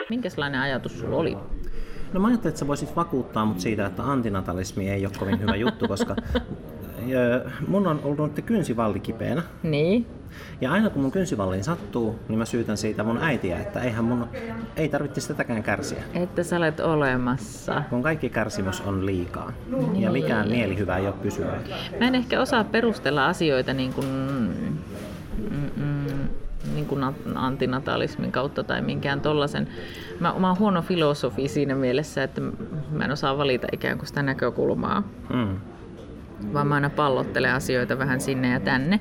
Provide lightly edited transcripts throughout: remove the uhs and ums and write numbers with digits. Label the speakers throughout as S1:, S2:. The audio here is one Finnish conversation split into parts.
S1: Minkälainen ajatus sulla oli?
S2: No mä ajattelin, että sä voisit vakuuttaa mut siitä, että antinatalismi ei ole kovin hyvä juttu, koska mun on ollut kynsivalli kipeänä.
S1: Niin.
S2: Ja aina kun mun kynsivalliin sattuu, niin mä syytän siitä mun äitiä, että eihän mun ei tarvitsisi tätäkään kärsiä.
S1: Että sä olet olemassa.
S2: Kun kaikki kärsimys on liikaa. Niin. Ja mikään mielihyvä ei ole pysyvää.
S1: Mä en ehkä osaa perustella asioita niin kuin antinatalismin kautta tai minkään tollasen. Mä oon huono filosofi siinä mielessä, että mä en osaa valita ikään kuin sitä näkökulmaa. Vaan mä aina pallottelen asioita vähän sinne ja tänne.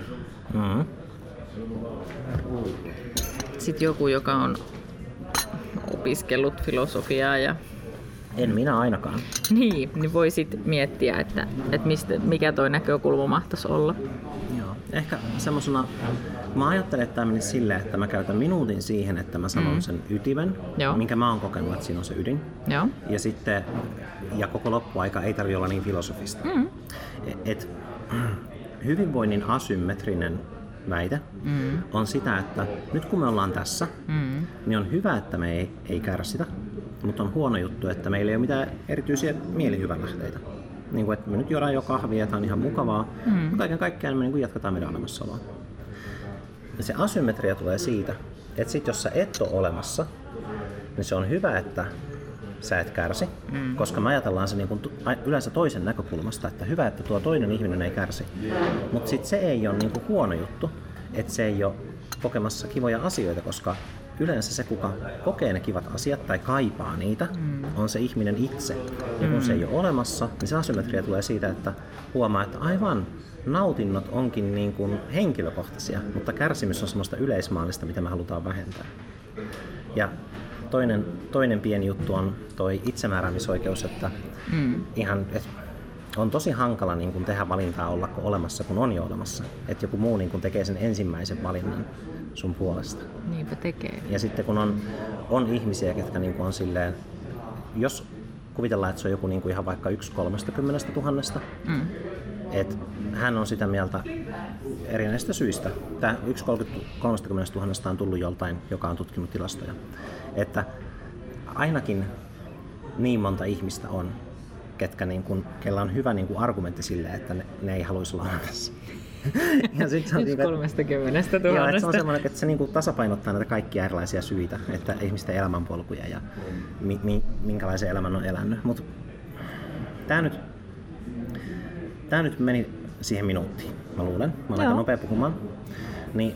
S1: Sitten joku, joka on opiskellut filosofiaa ja...
S2: En minä ainakaan.
S1: Niin voi sitten miettiä, että mikä toi näkökulma mahtaisi olla.
S2: Joo. Ehkä semmosena, mä ajattelen, että tämä menisi silleen, että mä käytän minuutin siihen, että mä sanon sen ytimen, minkä mä oon kokenut, että siinä on se ydin.
S1: Joo.
S2: Ja koko loppuaika ei tarvitse olla niin filosofista. Hyvinvoinnin asymmetrinen väite on sitä, että nyt kun me ollaan tässä, niin on hyvä, että me ei kärsitä, mutta on huono juttu, että meillä ei ole mitään erityisiä mielihyvänlähteitä. Niin kuin, että me nyt juodaan jo kahvia, tämä on ihan mukavaa, mutta kaiken kaikkiaan me niin kuin jatketaan meidän olemassaoloa. Ja se asymmetria tulee siitä, että sit jos sä et ole olemassa, niin se on hyvä, että sä et kärsi, koska me ajatellaan se niin kuin yleensä toisen näkökulmasta, että hyvä, että tuo toinen ihminen ei kärsi. Mutta sitten se ei ole niin kuin huono juttu, että se ei ole kokemassa kivoja asioita, koska yleensä se, kuka kokee ne kivat asiat tai kaipaa niitä, on se ihminen itse. Ja kun se ei ole olemassa, niin se asymmetria tulee siitä, että huomaa, että aivan nautinnot onkin niin kuin henkilökohtaisia, mutta kärsimys on semmoista yleismaallista, mitä me halutaan vähentää. Ja toinen pieni juttu on toi itsemääräämisoikeus, että on tosi hankala niin kun tehdä valintaa ollako olemassa, kun on jo olemassa. Että joku muu niin kun tekee sen ensimmäisen valinnan sun puolesta.
S1: Niinpä tekee.
S2: Ja sitten kun on ihmisiä, ketkä niin kun on silleen, jos kuvitellaan, että se on joku niin kun ihan vaikka 1/30 000, että hän on sitä mieltä erinäisistä syistä. Tämä 1/30 000 on tullut joltain, joka on tutkinut tilastoja. Että ainakin niin monta ihmistä on, kellä on hyvä argumentti sille, että ne ei haluaisi olla olemassa. Ja sit se on
S1: 30 000.
S2: Joo, että se on semmoinen, että se tasapainottaa näitä kaikkia erilaisia syitä, että ihmisten elämänpolkuja ja minkälaisen elämän on elänyt. Mutta tää nyt meni siihen minuuttiin, mä luulen. Mä olen aika nopea puhumaan. Niin,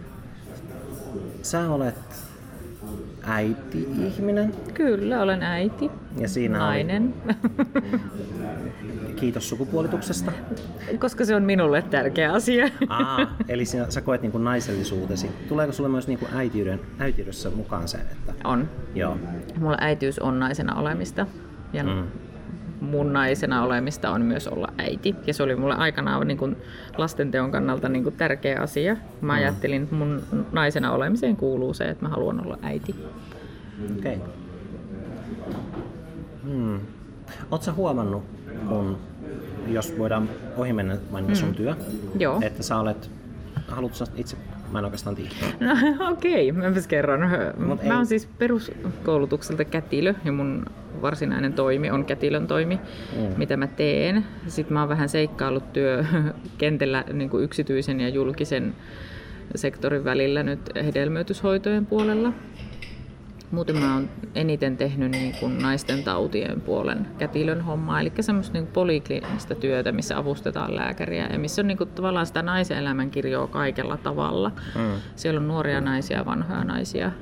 S2: sä olet äiti-ihminen.
S1: Kyllä, olen äiti.
S2: Ja siinä
S1: nainen.
S2: Kiitos sukupuolituksesta.
S1: Koska se on minulle tärkeä asia.
S2: Eli sä koet niin kuin naisellisuutesi. Tuleeko sulle myös niin kuin äitiydessä mukaan se? Että...
S1: On.
S2: Joo.
S1: Mulla äitiys on naisena olemista. Ja mun naisena olemista on myös olla äiti. Ja se oli mulle aikanaan niin kuin lastenteon kannalta niin kuin tärkeä asia. Mä ajattelin, että mun naisena olemiseen kuuluu se, että mä haluan olla äiti.
S2: Okei. Ootko sä huomannut, jos voidaan ohi mennä mainita sun työ, että sä olet, haluatko itse, mä en oikeastaan tiedä.
S1: No okei, mäpäs kerron. Mä oon siis peruskoulutukselta kätilö ja mun varsinainen toimi on kätilön toimi, mitä mä teen. Sitten mä oon vähän seikkaillut työkentällä niin kuin yksityisen ja julkisen sektorin välillä nyt hedelmöityshoitojen puolella. Muuten mä oon eniten tehnyt niin kuin naisten tautien puolen kätilön hommaa, eli semmoista niin kuin polikliinistä työtä, missä avustetaan lääkäriä ja missä on niin kuin tavallaan sitä naisen elämänkirjoa kaikella tavalla. Siellä on nuoria naisia, vanhoja naisia.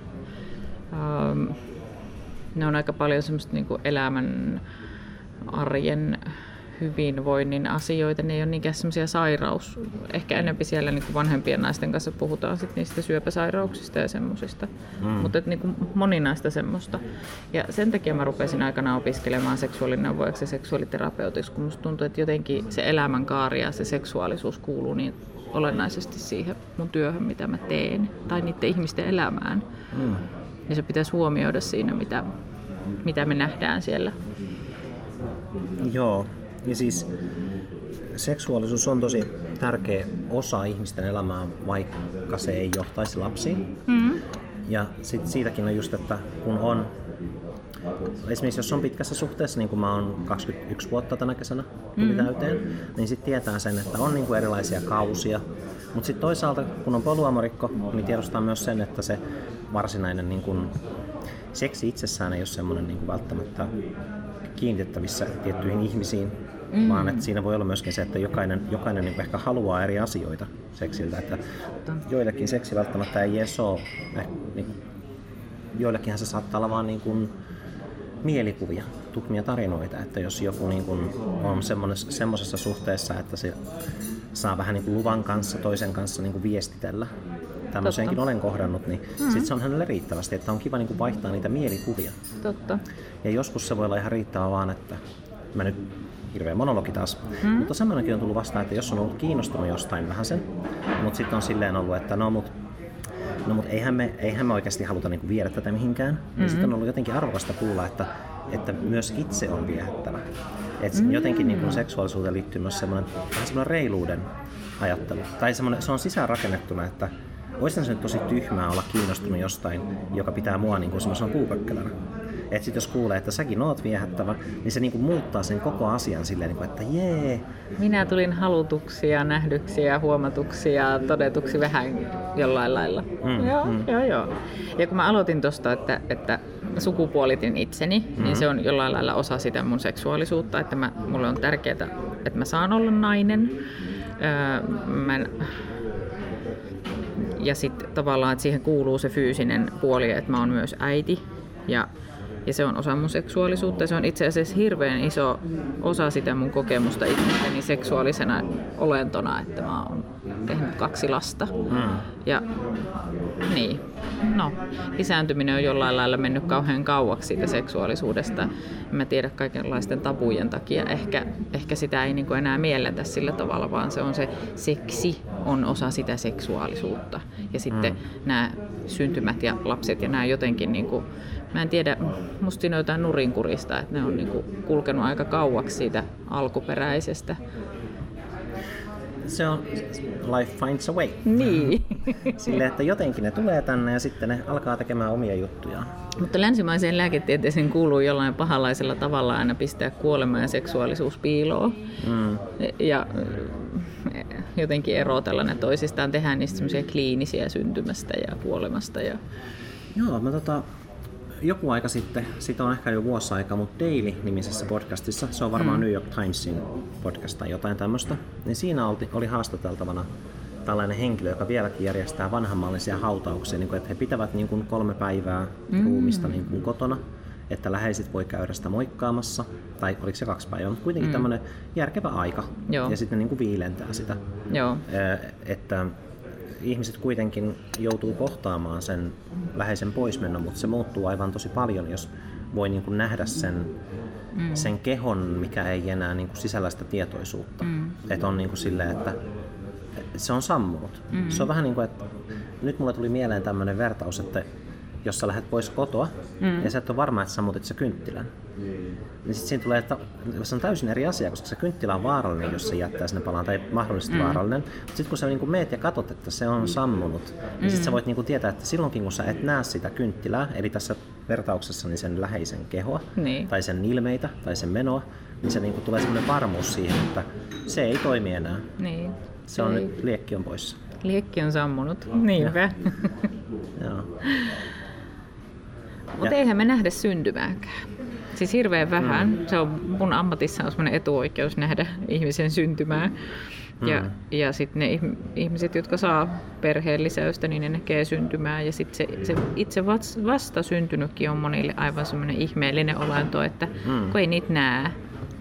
S1: Ne on aika paljon semmoista niin kuin elämän, arjen, hyvinvoinnin asioita. Ne ei ole niinkään semmoisia sairaus. Ehkä enemmän siellä niin kuin vanhempien naisten kanssa puhutaan sit niistä syöpäsairauksista ja semmosista. Mutta niin kuin moninaista semmoista. Ja sen takia mä rupesin aikanaan opiskelemaan seksuaalineuvojaksi ja seksuaaliterapeutiksi, kun musta tuntuu, että jotenkin se elämänkaari ja se seksuaalisuus kuuluu niin olennaisesti siihen mun työhön, mitä mä teen. Tai niiden ihmisten elämään. Ja se pitäisi huomioida siinä, mitä me nähdään siellä.
S2: Joo. Ja siis seksuaalisuus on tosi tärkeä osa ihmisten elämää, vaikka se ei johtaisi lapsiin. Ja sit siitäkin on just, että kun on esimerkiksi jos on pitkässä suhteessa, niin kuin mä oon 21 vuotta tänä kesänä tuli täyteen, niin sitten tietää sen, että on niin kuin erilaisia kausia. Mutta sitten toisaalta, kun on polyamorikko, niin tiedostaa myös sen, että se varsinainen niin kuin seksi itsessään ei ole semmoinen niin kuin välttämättä kiinnitettävissä tiettyihin ihmisiin, vaan että siinä voi olla myöskin se, että jokainen niin kuin ehkä haluaa eri asioita seksiltä. Että joillekin seksi välttämättä ei edes ole, niin joillekinhan se saattaa olla vaan niin kuin mielikuvia, tuhmia tarinoita, että jos joku niin kuin on semmoisessa suhteessa, että se saa vähän niin kuin luvan kanssa, toisen kanssa niin kuin viestitellä, tämmöiseenkin olen kohdannut, niin sitten se on hänelle riittävästi, että on kiva niin kuin vaihtaa niitä mielikuvia.
S1: Totta.
S2: Ja joskus se voi olla ihan riittävä vaan, että mä nyt hirveä monologi taas, mutta semmoinenkin on tullut vastaan, että jos on ollut kiinnostunut jostain vähän sen, mutta sitten on silleen ollut, että no mut eihän me oikeasti haluta niinku viedä tätä mihinkään. Ja sitten on ollut jotenkin arvokasta kuulla, että myös itse on viehättävä. Että jotenkin niinku seksuaalisuuteen liittyy myös semmoinen reiluuden ajattelu. Tai se on sisäänrakennettuna, että olisi se nyt tosi tyhmää olla kiinnostunut jostain, joka pitää mua niinku semmoisena puupökkelänä. Että sit jos kuulee, että säkin oot viehättävä, niin se niinku muuttaa sen koko asian silleen, niinku, että jee.
S1: Minä tulin halutuksia, nähdyksiä, huomatuksi ja todetuksi vähän jollain lailla. Joo. Ja kun mä aloitin tosta, että sukupuolitin itseni, niin se on jollain lailla osa sitä mun seksuaalisuutta. Että mulle on tärkeää, että mä saan olla nainen. Ja sitten tavallaan, että siihen kuuluu se fyysinen puoli, että mä oon myös äiti. Ja se on osa mun seksuaalisuutta. Se on itse asiassa hirveän iso osa sitä mun kokemusta itselleni seksuaalisena olentona, että mä oon tehnyt 2 lasta. Ja niin, lisääntyminen on jollain lailla mennyt kauhean kauaksi siitä seksuaalisuudesta. En mä tiedä kaikenlaisten tabujen takia. Ehkä sitä ei niinku enää mielletä sillä tavalla, vaan se on se seksi on osa sitä seksuaalisuutta. Ja sitten nämä syntymät ja lapset ja nämä jotenkin niinku, mä en tiedä, musta siinä on jotain nurinkurista, että ne on niinku kulkenut aika kauaksi siitä alkuperäisestä.
S2: Se on life finds a way.
S1: Niin.
S2: Silleen, että jotenkin ne tulee tänne ja sitten ne alkaa tekemään omia juttujaan.
S1: Mutta länsimaiseen lääketieteeseen kuuluu jollain pahanlaisella tavalla aina pistää kuolema ja seksuaalisuus piiloon. Ja jotenkin erotella ne toisistaan, tehdään niistä semmoisia kliinisiä syntymästä ja kuolemasta.
S2: Joo, mä joku aika sitten, siitä on ehkä jo vuosi aika, mutta Daily-nimisessä podcastissa, se on varmaan New York Timesin podcast tai jotain tämmöistä, niin siinä oli haastateltavana tällainen henkilö, joka vieläkin järjestää vanhanmallisia hautauksia, niin kuin, että he pitävät niin kuin 3 päivää ruumista niin kuin kotona, että läheiset voi käydä sitä moikkaamassa, tai oliko se 2 päivää, mutta kuitenkin tämmöinen järkevä aika, ja sitten niin kuin viilentää sitä, että ihmiset kuitenkin joutuu kohtaamaan sen läheisen poismennon, mutta se muuttuu aivan tosi paljon, jos voi niin kuin nähdä sen kehon, mikä ei enää niin kuin sisällä sitä tietoisuutta. Että on niin kuin silleen, että se on sammunut. Se on vähän niin kuin, että nyt mulle tuli mieleen tämmöinen vertaus, että jos sä lähdet pois kotoa ja sä et ole varma, että sammutit sä kynttilän, niin sitten siinä tulee, että se on täysin eri asia, koska se kynttilä on vaarallinen, jos se jättää sinne palaan, tai mahdollisesti vaarallinen. Mutta sitten kun sä niin meet ja katot, että se on sammunut, niin sitten sä voit niin tietää, että silloinkin kun sä et näe sitä kynttilää, eli tässä vertauksessa niin sen läheisen kehoa, tai sen ilmeitä, tai sen menoa, niin se niin tulee semmoinen varmuus siihen, että se ei toimi enää.
S1: Niin.
S2: Se on nyt, liekki on poissa.
S1: Liekki on sammunut, niinpä.
S2: Joo.
S1: Mutta eihän me nähdä syntymääkään. Siis hirveän vähän. Se on mun ammatissa on semmoinen etuoikeus nähdä ihmisen syntymää. Ja sitten ne ihmiset, jotka saa perheen lisäystä, niin ne näkee syntymää. Ja sitten se itse vasta syntynytkin on monille aivan semmoinen ihmeellinen olento, että kun ei niitä näe.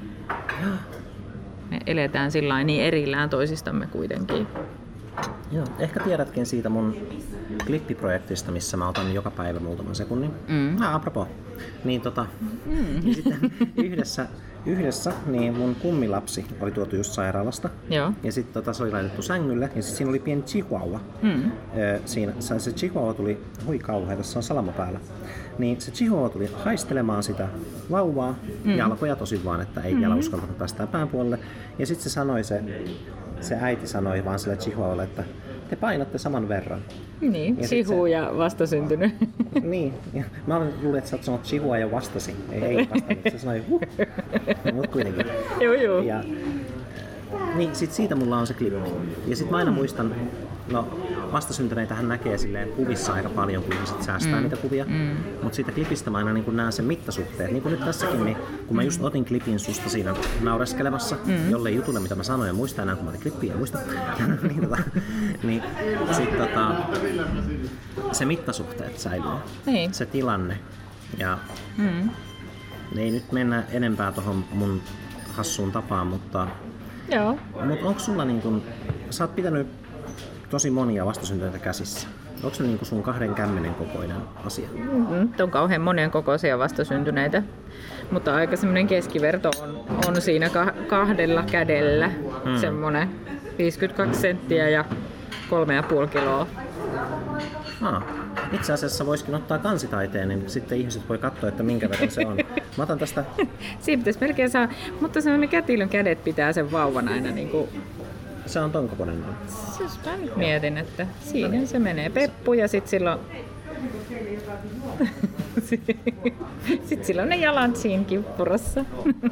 S1: Me eletään sillain niin erillään toisistamme kuitenkin.
S2: Joo, ehkä tiedätkin siitä mun klippiprojektista, missä mä otan joka päivä muutaman sekunnin. Apropos. Niin, niin sitten yhdessä niin mun kummilapsi oli tuotu just sairaalasta.
S1: Joo.
S2: Ja sitten se oli laitettu sängylle ja siinä oli pieni chihuahua. Se chihuahua tuli, hui kauhea, tässä on salama päällä. Niin se chihuahua tuli haistelemaan sitä vauvaa, jalkoja tosin vaan, että ei vielä uskaltanut päästää pään puolelle. Ja sitten se äiti sanoi vaan sille chihuahualle, että te painatte saman verran.
S1: Niin,
S2: Ja
S1: sihu ja vastasyntynyt.
S2: Niin, ja mä luulin, että sä oot sanonut chihua ja vastasi. Ei vastannut, se sanoi mut kuitenkin.
S1: Joo.
S2: Ja, niin sit siitä mulla on se klippi. Ja sit mä aina muistan, no vastasyntyneitähän näkee silleen kuvissa aika paljon, kun ihmiset säästää niitä kuvia. Mutta siitä klipistä mä aina niin näen sen mittasuhteet. Niin kuin nyt tässäkin, niin kun mä just otin klipin susta siinä naureskelemassa, jollei jutulle mitä mä sanoin ja muista enää, kun mä otin klippiä ja muista. niin sit se mittasuhteet säilyy.
S1: Niin.
S2: Se tilanne. Ja ei nyt mennä enempää tohon mun hassuun tapaan, mutta
S1: Joo.
S2: onko sulla niin kun, sä oot pitänyt tosi monia vastasyntyneitä käsissä. Onko se niin sun 2 kämmenen kokoinen asia?
S1: On kauhean monen kokoisia vastasyntyneitä, mutta aika semmoinen keskiverto on siinä 2 kädellä. Semmoinen 52 senttiä ja 3,5 kiloa.
S2: Itse asiassa voisikin ottaa kansitaiteen, niin sitten ihmiset voi katsoa, että minkä verran se on. Mä otan tästä.
S1: Siinä pitäisi melkein saa, mutta semmoinen kätilön kädet pitää sen vauvan aina niinku.
S2: Se on ton kokoinen.
S1: Jos mä nyt mietin, että siinä se menee peppu ja sit silloin sitten sillä on ne jalat siinä kippurassa.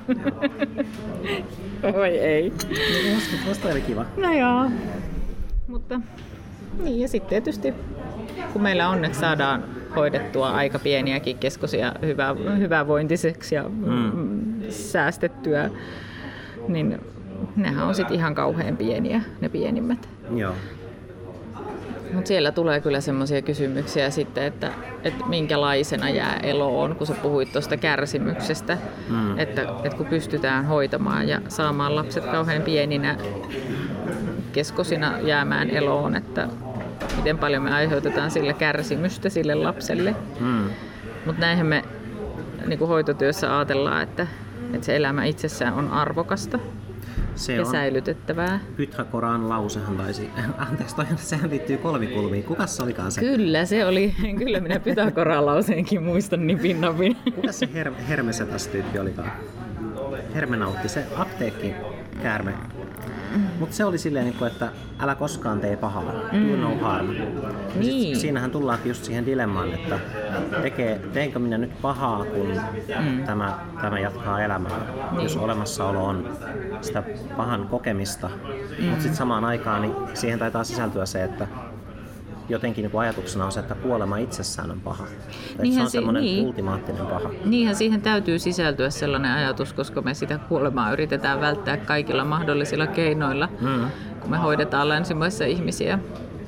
S1: Oi ei.
S2: Musta oli kiva.
S1: No joo. Mutta niin ja sitten tietysti kun meillä onneksi saadaan hoidettua aika pieniäkin keskosia hyvävointiseksi ja säästettyä, niin nehän on sitten ihan kauhean pieniä, ne pienimmät.
S2: Joo.
S1: Mutta siellä tulee kyllä semmoisia kysymyksiä sitten, että minkälaisena jää eloon, kun sä puhuit tuosta kärsimyksestä, että kun pystytään hoitamaan ja saamaan lapset kauhean pieninä keskosina jäämään eloon, että miten paljon me aiheutetaan sillä kärsimystä sille lapselle. Mutta näinhän me niin kuin hoitotyössä ajatellaan, että se elämä itsessään on arvokasta. Se ja säilytettävää.
S2: Pythagoran lausehan taisi, sehän liittyy kolmikulmiin. Kukas se olikaan se?
S1: Kyllä se oli, kyllä minä Pythagoran lauseenkin muistan nipin napin.
S2: Kukas se Hermesetas-tyyppi olikaan? Hermenautti, se apteekkikäärme. Mutta se oli silleen, että älä koskaan tee pahaa, do no harm.
S1: Niin.
S2: Siinähän tullaankin just siihen dilemmaan, että teenkö minä nyt pahaa, kun tämä jatkaa elämää, jos olemassaolo on sitä pahan kokemista. Mutta sitten samaan aikaan niin siihen taitaa sisältyä se, että jotenkin niin ajatuksena on se, että kuolema itsessään on paha. Se on semmoinen ultimaattinen paha.
S1: Niinhän siihen täytyy sisältyä sellainen ajatus, koska me sitä kuolemaa yritetään välttää kaikilla mahdollisilla keinoilla, kun me hoidetaan länsimaissa ihmisiä.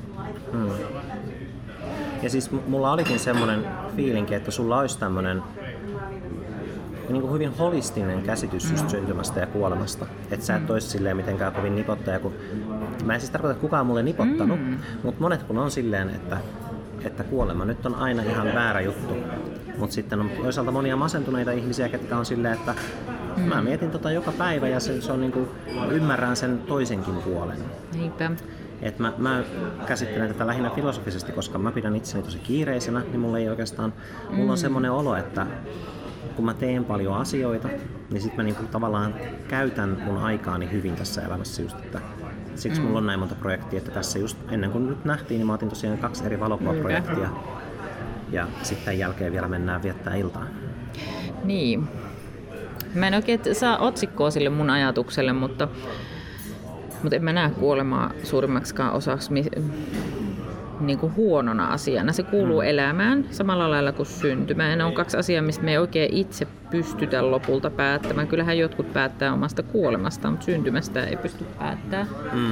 S2: Ja siis mulla olikin semmoinen fiilinki, että sulla olisi tämmöinen niin kuin hyvin holistinen käsitys just syntymästä ja kuolemasta. Että sä et olisi silleen mitenkään kovin nipottaja. Mä en siis tarkoita, että kukaan mulle nipottanut, mutta monet kun on silleen, että kuolema nyt on aina ihan väärä juttu. Mutta sitten on toisaalta monia masentuneita ihmisiä, ketkä on silleen, että mä mietin tota joka päivä ja se on niin kuin, ymmärrän sen toisenkin puolen.
S1: Niinpä.
S2: Et mä käsittelen tätä lähinnä filosofisesti, koska mä pidän itseni tosi kiireisenä, niin mulla ei oikeastaan, mulla on semmoinen olo, että kun mä teen paljon asioita, niin sit mä niinku tavallaan käytän mun aikaani hyvin tässä elämässä just, että siksi mulla on näin monta projektia, että tässä just ennen kuin nyt nähtiin, niin mä otin tosiaan 2 eri valokuvaprojektia ja sitten jälkeen vielä mennään viettää iltaa.
S1: Niin. Mä en oikein saa otsikkoa sille mun ajatukselle, mutta en mä näe kuolemaa suurimmaksikaan osaksi niin kuin huonona asiana. Se kuuluu elämään samalla lailla kuin syntymään. Ne on 2 asiaa, mistä me ei oikein itse pystytä lopulta päättämään. Kyllähän jotkut päättää omasta kuolemastaan, mutta syntymästä ei pysty päättämään.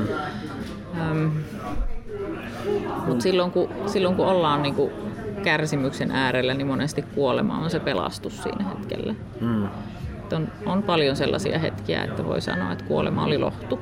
S1: Mutta silloin kun ollaan niin kuin kärsimyksen äärellä, niin monesti kuolema on se pelastus siinä hetkellä. On paljon sellaisia hetkiä, että voi sanoa, että kuolema oli lohtu.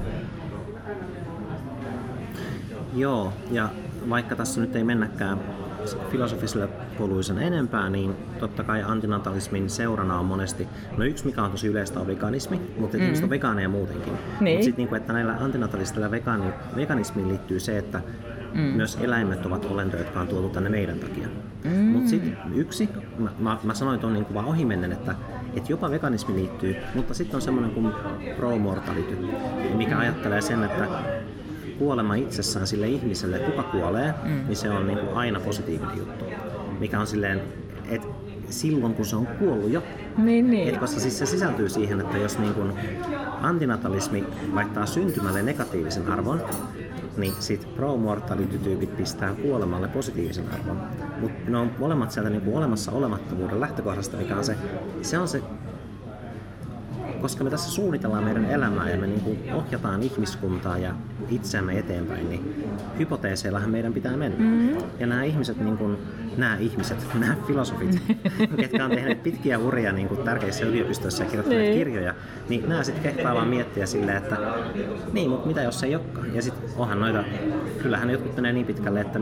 S2: Joo, ja vaikka tässä nyt ei mennäkään filosofiselle poluisen enempää, niin totta kai antinatalismin seurana on monesti, no yksi mikä on tosi yleistä on veganismi, mutta ihmiset on vegaaneja muutenkin.
S1: Niin.
S2: Mutta sitten että näillä antinatalisteilla veganismiin liittyy se, että myös eläimet ovat olentoja, jotka on tuotu tänne meidän takia. Mutta sitten yksi, mä sanoin tuon niin vaan ohimennen, että jopa veganismi liittyy, mutta sitten on semmoinen kuin pro-mortality, mikä ajattelee sen, että kuolema itsessään sille ihmiselle, kuka kuolee, niin se on niin kuin aina positiivinen juttu. Mikä on silleen, että silloin kun se on kuollut jo.
S1: Niin.
S2: Koska siis se sisältyy siihen, että jos niin kuin antinatalismi laittaa syntymälle negatiivisen arvon, niin sit pro-mortality-tyypit pistää kuolemalle positiivisen arvon. Mutta ne on molemmat sieltä niin kuin olemassa olemattomuuden lähtökohdasta, mikä on se on se, koska me tässä suunnitellaan meidän elämää ja me niin kuin ohjataan ihmiskuntaa ja itseämme eteenpäin, niin hypoteeseillahan meidän pitää mennä. Ja nämä ihmiset, nämä filosofit, ketkä on tehneet pitkiä uria niin kuin tärkeissä yliopistoissa ja kirjoittaneet kirjoja, niin nämä sitten kehtaa vaan miettiä silleen, että niin, mutta mitä jos ei olekaan? Ja sitten onhan noita, kyllähän jotkut menee niin pitkälle, että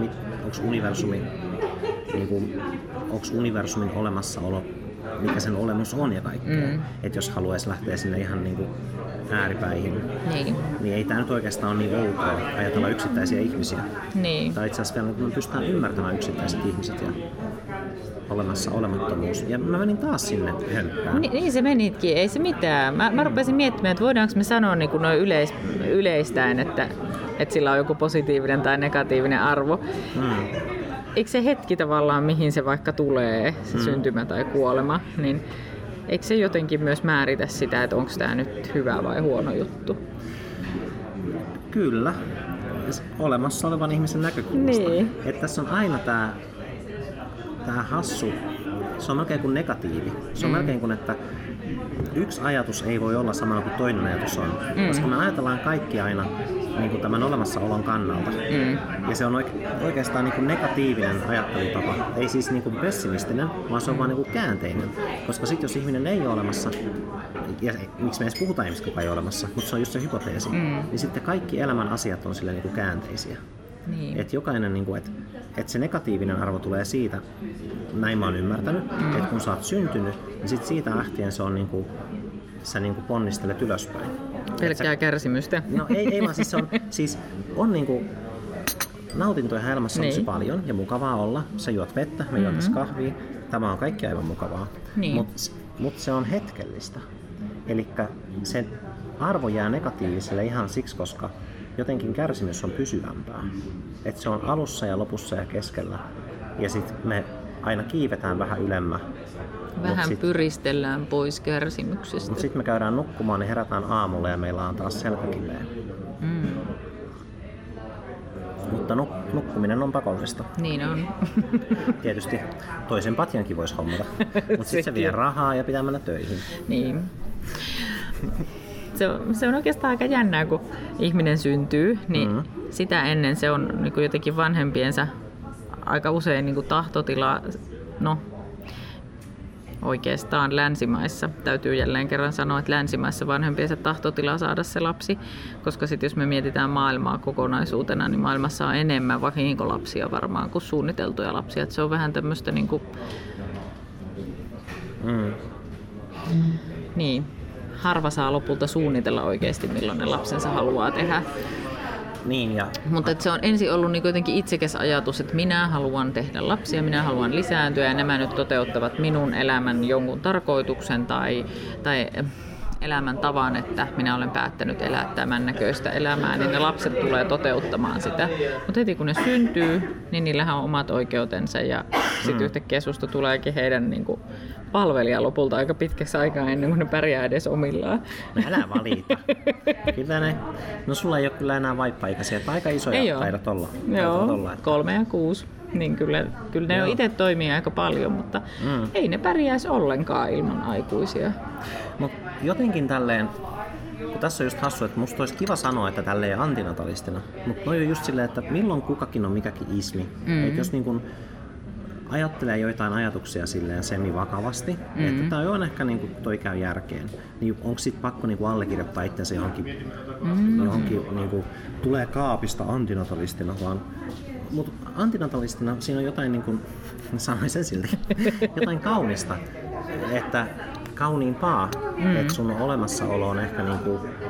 S2: onko universumin olemassaolo, mikä sen olemus on ja kaikkea. Että jos haluaisi lähteä sinne ihan niin kuin ääripäihin, niin ei tämä nyt oikeastaan ole niin outoa ajatella yksittäisiä ihmisiä.
S1: Niin.
S2: Tai itse asiassa vielä, kun me pystytään ymmärtämään yksittäiset ihmiset ja olemassa olemattomuus. Ja mä menin taas sinne hölppään.
S1: Niin se menitkin, ei se mitään. Mä rupesin miettimään, että voidaanko me sanoa niin kuin noin yleistäen, että sillä on joku positiivinen tai negatiivinen arvo. Eikö se hetki tavallaan, mihin se vaikka tulee, se syntymä tai kuolema, niin eikö se jotenkin myös määritä sitä, että onko tämä nyt hyvä vai huono juttu?
S2: Kyllä, olemassa olevan ihmisen näkökulmasta.
S1: Niin.
S2: Että tässä on aina tämä hassu, se on melkein kuin negatiivi. Se on melkein kuin, että yksi ajatus ei voi olla samalla kuin toinen ajatus on. Koska me ajatellaan kaikki aina niin kuin tämän olemassaolon kannalta. Ja se on oikeastaan niin kuin negatiivinen ajattelutapa. Ei siis niin kuin pessimistinen, vaan se on vaan niin kuin käänteinen. Koska sitten jos ihminen ei ole olemassa, ja miksi me edes puhutaan ihmistä, joka ei ole olemassa, mutta se on just se hypoteesi, niin sitten kaikki elämän asiat on sille niin kuin käänteisiä. Niin. Että jokainen, niin että se negatiivinen arvo tulee siitä, näin mä oon ymmärtänyt, että kun sä oot syntynyt, niin sit siitä lähtien se on niin kuin, sä niin kuin ponnistelet ylöspäin.
S1: Pelkkää kärsimystä.
S2: No ei vaan, siis on niin kuin, nautintoja elämässä on tosi paljon ja mukavaa olla. Sä juot vettä, me juon tässä kahvia. Tämä on kaikki aivan mukavaa. Niin. Mut se on hetkellistä. Elikkä sen arvo jää negatiiviselle ihan siksi, koska jotenkin kärsimys on pysyvämpää. Että se on alussa ja lopussa ja keskellä. Ja sitten me aina kiivetään vähän ylemmä.
S1: Vähän pyristellään pois kärsimyksestä.
S2: Mutta sitten me käydään nukkumaan ja herätään aamulla ja meillä on taas selkäkiveä. Mutta nukkuminen on pakollista.
S1: Niin on.
S2: Tietysti toisen patjankin voisi hommata. Mutta sitten se vie rahaa ja pitää mennä töihin.
S1: Niin. Se on oikeastaan aika jännää, kun ihminen syntyy, niin sitä ennen se on niin kuin jotenkin vanhempiensa aika usein niin kuin tahtotila, no oikeastaan länsimaissa, täytyy jälleen kerran sanoa, että länsimaissa vanhempiensa tahtotila saada se lapsi, koska sitten jos me mietitään maailmaa kokonaisuutena, niin maailmassa on enemmän vahinkolapsia varmaan kuin suunniteltuja lapsia, että se on vähän tämmöistä niin kuin niin. Harva saa lopulta suunnitella oikeasti, milloin ne lapsensa haluaa tehdä.
S2: Niin,
S1: mutta se on ensin ollut niin jotenkin itsekäs ajatus, että minä haluan tehdä lapsia, minä haluan lisääntyä ja nämä nyt toteuttavat minun elämän jonkun tarkoituksen tai elämän tavan, että minä olen päättänyt elää tämän näköistä elämää, niin ne lapset tulee toteuttamaan sitä. Mutta heti kun ne syntyy, niin niillähän on omat oikeutensa ja sitten yhtäkkiä susta tuleekin heidän niin kuin palvelija lopulta aika pitkäksi aikaa ennen kuin ne pärjää edes omillaan.
S2: No älä valita. Kyllä ne, no sulla ei ole kyllä enää vaippaikäisiä, että aika isoja taidot olla.
S1: Joo, 3 ja 6. Niin kyllä ne on itse toimii aika paljon, mutta ei ne pärjäisi ollenkaan ilman aikuisia.
S2: Mut jotenkin tälleen, kun tässä on just hassu, että musta olisi kiva sanoa, että tälleen antinatalistina, mutta noi on just silleen, että milloin kukakin on mikäkin ismi. Että jos niin kun ajattelee joitain ajatuksia silleen semivakavasti, että tämä on ehkä niin kuin toi käy järkeen, niin onko sitten pakko niin kuin allekirjoittaa itsensä johonkin niin kuin, tulee kaapista antinatalistina, vaan mutta antinatalistina siinä on jotain, niin kuin, sanoin sen silti, jotain kaunista, että kauniimpaa, että sun olemassaolo on ehkä niin kuin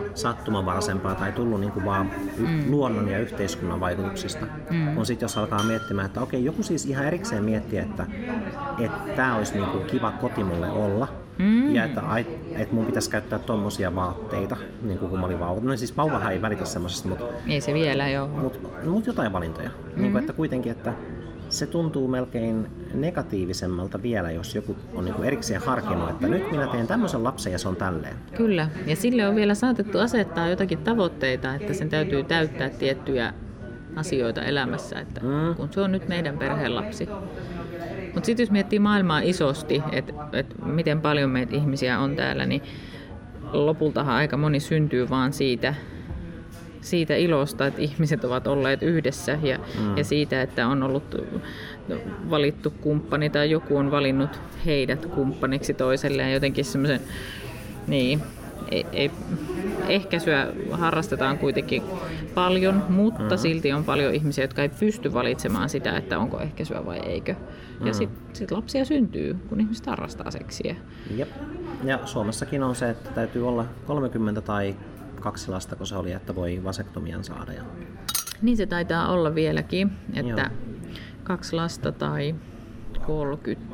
S2: sattumanvaraisempaa tai tullut niin kuin vaan luonnon ja yhteiskunnan vaikutuksista. Kun sitten jos alkaa miettimään, että okei, joku siis ihan erikseen miettii, että tämä olisi niin kuin kiva koti mulle olla. Ja että mun pitäisi käyttää tommosia vaatteita, niin kuin kun mä olin vauva. No siis vauvahan ei välitä semmoisesta, mutta...
S1: Ei se vielä, joo.
S2: Mut jotain valintoja. Niin kuin, että kuitenkin, että se tuntuu melkein negatiivisemmalta vielä, jos joku on niin kuin erikseen harkinnut, että nyt minä teen tämmöisen lapsen ja se on tälleen.
S1: Kyllä, ja sille on vielä saatettu asettaa jotakin tavoitteita, että sen täytyy täyttää tiettyjä asioita elämässä, että kun se on nyt meidän perheen lapsi. Mutta sitten jos miettii maailmaa isosti, että miten paljon meitä ihmisiä on täällä, niin lopultahan aika moni syntyy vaan siitä ilosta, että ihmiset ovat olleet yhdessä ja siitä, että on ollut valittu kumppani tai joku on valinnut heidät kumppaniksi toiselleen. Jotenkin semmoisen, niin, ehkäisyä harrastetaan kuitenkin paljon, mutta silti on paljon ihmisiä, jotka ei pysty valitsemaan sitä, että onko ehkäisyä vai eikö. Ja sit lapsia syntyy, kun ihmiset harrastaa seksiä.
S2: Jep. Ja Suomessakin on se, että täytyy olla 30 tai 2 lasta, kun se oli, että voi vasektomian saada.
S1: Niin se taitaa olla vieläkin, että 2 lasta tai 30.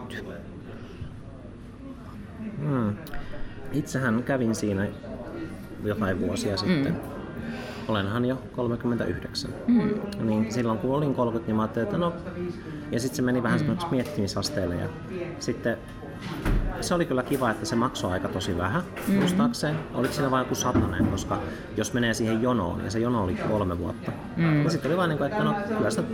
S2: Itsehän kävin siinä jotain vuosia sitten. Olenhan jo 39. Niin silloin kun olin 30, niin mä ajattelin, että no... Ja sitten se meni vähän semmoiksi miettimisasteelle. Ja sitten se oli kyllä kiva, että se maksoi aika tosi vähän, muistaakseen. Oliko siinä vain joku 100, koska jos menee siihen jonoon, ja se jono oli 3 vuotta. Ja sitten oli vaan niin kuin, että no kyllä sitä...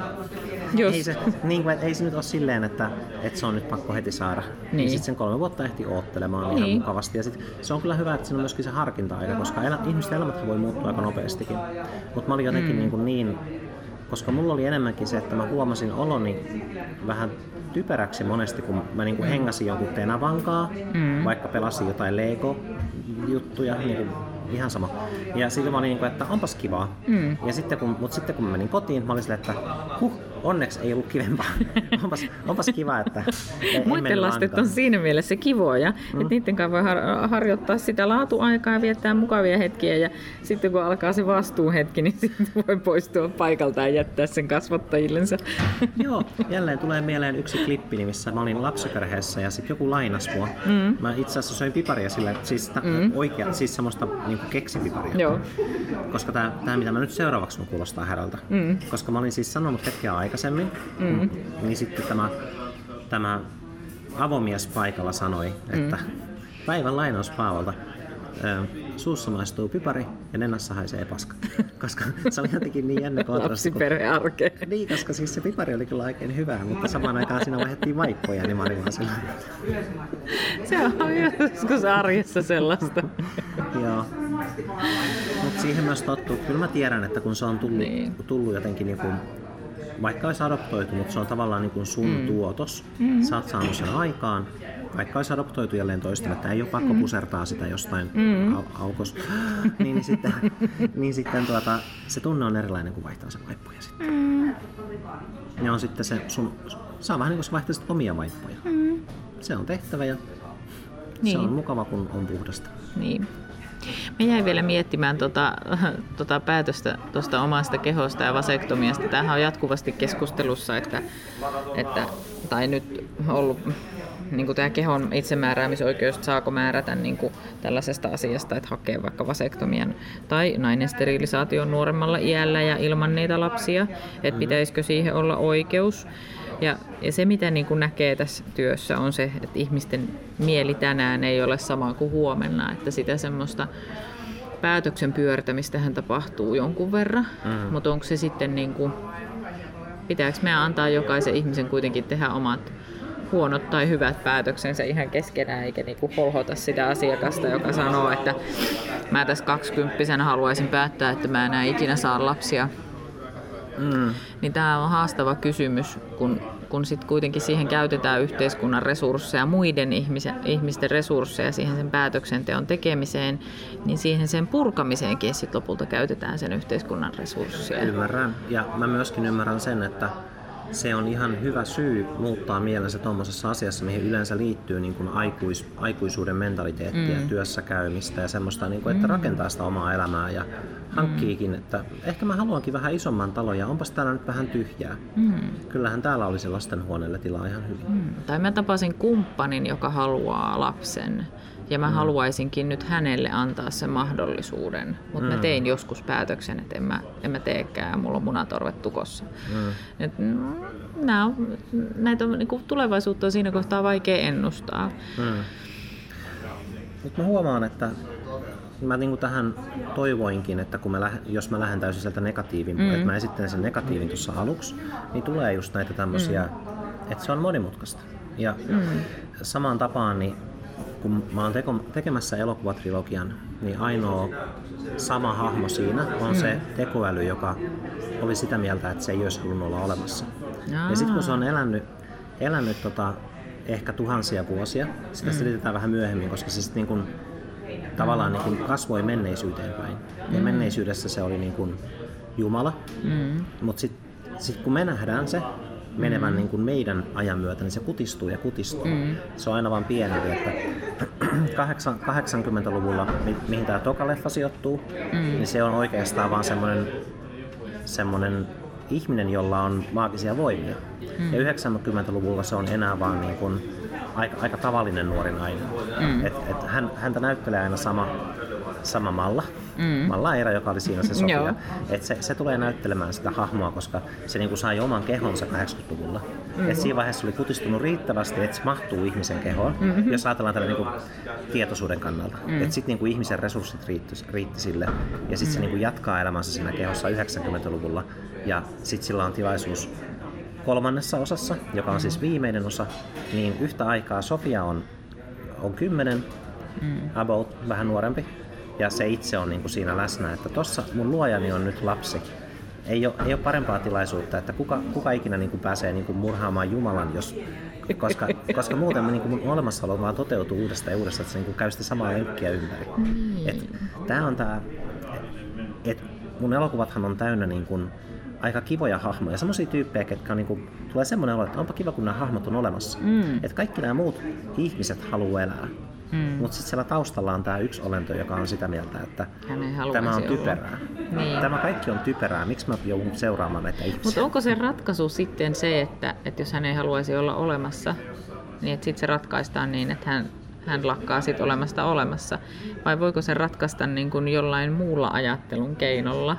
S2: Ei se nyt ole silleen, että se on nyt pakko heti saada. Niin. Sitten sen 3 vuotta ehti oottelemaan ihan mukavasti. Ja sit se on kyllä hyvä, että siinä on myöskin se harkinta-aika, koska ihmisten elämät voi muuttua aika nopeastikin. Mutta mä olin jotenkin niin... Koska mulla oli enemmänkin se, että mä huomasin oloni vähän typeräksi monesti, kun mä niin kuin hengasin jonkun tenavankaa, vaikka pelasin jotain Lego-juttuja, niin kuin ihan sama. Ja sitten mä olin niin kuin, että onpas kivaa. Ja sitten kun mä menin kotiin, mä olin silleen, että onneksi ei ollut kivempaa. onpas kiva, että
S1: muiden lastet on siinä mielessä kivoja, että niiden kanssa voi harjoittaa sitä laatuaikaa ja viettää mukavia hetkiä. Ja sitten kun alkaa se vastuuhetki, niin sitten voi poistua paikalta ja jättää sen kasvattajillensa.
S2: Joo, jälleen tulee mieleen yksi klippi, missä mä olin lapsiperheessä ja sitten joku lainasi mua. Mä itse asiassa söin piparia sillä, siis semmoista niinku keksipiparia. Joo. Koska tää mitä mä nyt seuraavaksi mun kuulostaa härältä. Koska mä olin siis sanonut hetkeä aikaisemmin, niin sitten tämä avomies paikalla sanoi, että päivän lainaus Paavolta. Suussa maistuu pipari ja nenässä haisee paska. Koska se oli jotenkin niin jännä kontrasti.
S1: Lapsiperhearkea.
S2: Niin, koska siis se pipari oli kyllä oikein hyvää, mutta samaan aikaan siinä vaihdettiin vaippoja, niin mä olin vaan sillä.
S1: Se on joskus arjessa sellaista.
S2: Joo. Mutta siihen myös tottuu. Kyllä mä tiedän, että kun se on tullut jotenkin niin kuin, vaikka olisi adoptoitu, mutta se on tavallaan niin kuin sun tuotos. Sä oot saanut sen aikaan. Vaikka olisi adoptoitu jälleen toisten, että ei ole pakko pusertaa sitä jostain aukosta, niin sitten se tunne on erilainen, kun vaihtaa sen vaippoja sitten. Ja on sitten se on vähän niin kuin sä vaihtaisit omia vaippoja. Se on tehtävä ja se on mukava, kun on puhdasta.
S1: Niin. Mä jäin vielä miettimään päätöstä tuosta omasta kehosta ja vasektomiasta. Tämähän on jatkuvasti keskustelussa, tai nyt ollut niin tämä kehon itsemääräämisoikeus, saako määrätä niin tällaisesta asiasta, että hakee vaikka vasektomian tai nainen sterilisaation nuoremmalla iällä ja ilman niitä lapsia, että pitäisikö siihen olla oikeus. Ja se, mitä niin kuin näkee tässä työssä, on se, että ihmisten mieli tänään ei ole sama kuin huomenna, että sitä semmoista päätöksen pyörtämistähän tapahtuu jonkun verran, mutta onko se sitten, niin kuin, pitääkö meidän antaa jokaisen ihmisen kuitenkin tehdä omat huonot tai hyvät päätöksensä ihan keskenään, eikä niinku holhota sitä asiakasta, joka sanoo, että mä tässä 20-vuotiaana haluaisin päättää, että mä enää ikinä saa lapsia. Niin tämä on haastava kysymys, kun sit kuitenkin siihen käytetään yhteiskunnan resursseja, muiden ihmisten resursseja siihen sen päätöksenteon tekemiseen, niin siihen sen purkamiseenkin sit lopulta käytetään sen yhteiskunnan resursseja.
S2: Ymmärrän. Ja mä myöskin ymmärrän sen, että se on ihan hyvä syy muuttaa mielensä tuommoisessa asiassa, mihin yleensä liittyy niin kuin aikuisuuden mentaliteettia, työssä käymistä ja semmoista, niin kuin, että rakentaa sitä omaa elämää ja hankkiikin, että ehkä mä haluankin vähän isomman talon ja onpas täällä nyt vähän tyhjää. Kyllähän täällä olisi lastenhuoneelle tilaa ihan hyvin.
S1: Tai mä tapasin kumppanin, joka haluaa lapsen. Ja mä haluaisinkin nyt hänelle antaa sen mahdollisuuden, mutta mä tein joskus päätöksen, että en mä teekään, mulla on munatorvet tukossa. Näitä on, niin kuin tulevaisuutta on siinä kohtaa vaikea ennustaa.
S2: Mutta mä huomaan, että mä niin kuin tähän toivoinkin, että kun jos mä lähden täysin sieltä negatiivin, että mä esittelen sen negatiivin tuossa aluksi, niin tulee just näitä tämmöisiä, että se on monimutkaista. Ja samaan tapaan, niin kun mä oon tekemässä elokuvatrilogian, niin ainoa sama hahmo siinä on se tekoäly, joka oli sitä mieltä, että se ei olisi halunnut olla olemassa. Ja sitten kun se on elänyt ehkä tuhansia vuosia, sitä selitetään vähän myöhemmin, koska se sitten niin tavallaan niin kasvoi menneisyyteen päin. Ja menneisyydessä se oli niin kuin Jumala, mutta sitten kun me nähdään se menevän niin kuin meidän ajan myötä, niin se kutistuu ja kutistuu. Se on aina vaan pienempi, että 80-luvulla, mihin tämä toka leffa sijoittuu, niin se on oikeastaan vaan semmoinen ihminen, jolla on maagisia voimia. Ja 90-luvulla se on enää vaan niin kuin aika tavallinen nuori nainen. Häntä näyttelee aina sama Malla Eira, joka oli siinä se Sofia. Se tulee näyttelemään sitä hahmoa, koska se niin kuin sai oman kehonsa 80-luvulla. Siinä vaiheessa oli kutistunut riittävästi, että se mahtuu ihmisen kehoon, jos ajatellaan tällä niin kuin tietoisuuden kannalta. Sitten niin kuin ihmisen resurssit riitti sille, ja sitten se niin kuin jatkaa elämänsä siinä kehossa 90-luvulla. Ja sitten sillä on tilaisuus 3. osassa, joka on siis viimeinen osa, niin yhtä aikaa Sofia on 10, about, vähän nuorempi, ja se itse on niin kuin siinä läsnä, että tossa mun luojani on nyt lapsi. Ei ole parempaa tilaisuutta, että kuka ikinä niin kuin pääsee niin kuin murhaamaan Jumalan, koska muuten niin kuin mun olemassaolo vaan toteutuu uudestaan ja uudestaan, että se niin kuin käy sitä samaa lenkkiä ympäri. Tää on mun elokuvathan on täynnä niin kuin aika kivoja hahmoja, semmoisia tyyppejä, ketkä on niinku, tulee semmoinen olo, että onpa kiva, kun nämä hahmot on olemassa. Että kaikki nämä muut ihmiset haluaa elää. Mutta sitten siellä taustalla on tämä yksi olento, joka on sitä mieltä, että tämä on typerää. Niin. Tämä kaikki on typerää. Miksi mä joudun seuraamaan näitä ihmisiä?
S1: Mutta onko se ratkaisu sitten se, että jos hän ei haluaisi olla olemassa, niin että sitten se ratkaistaan niin, että hän lakkaa sitten olemassa? Vai voiko se ratkaista niin kuin jollain muulla ajattelun keinolla?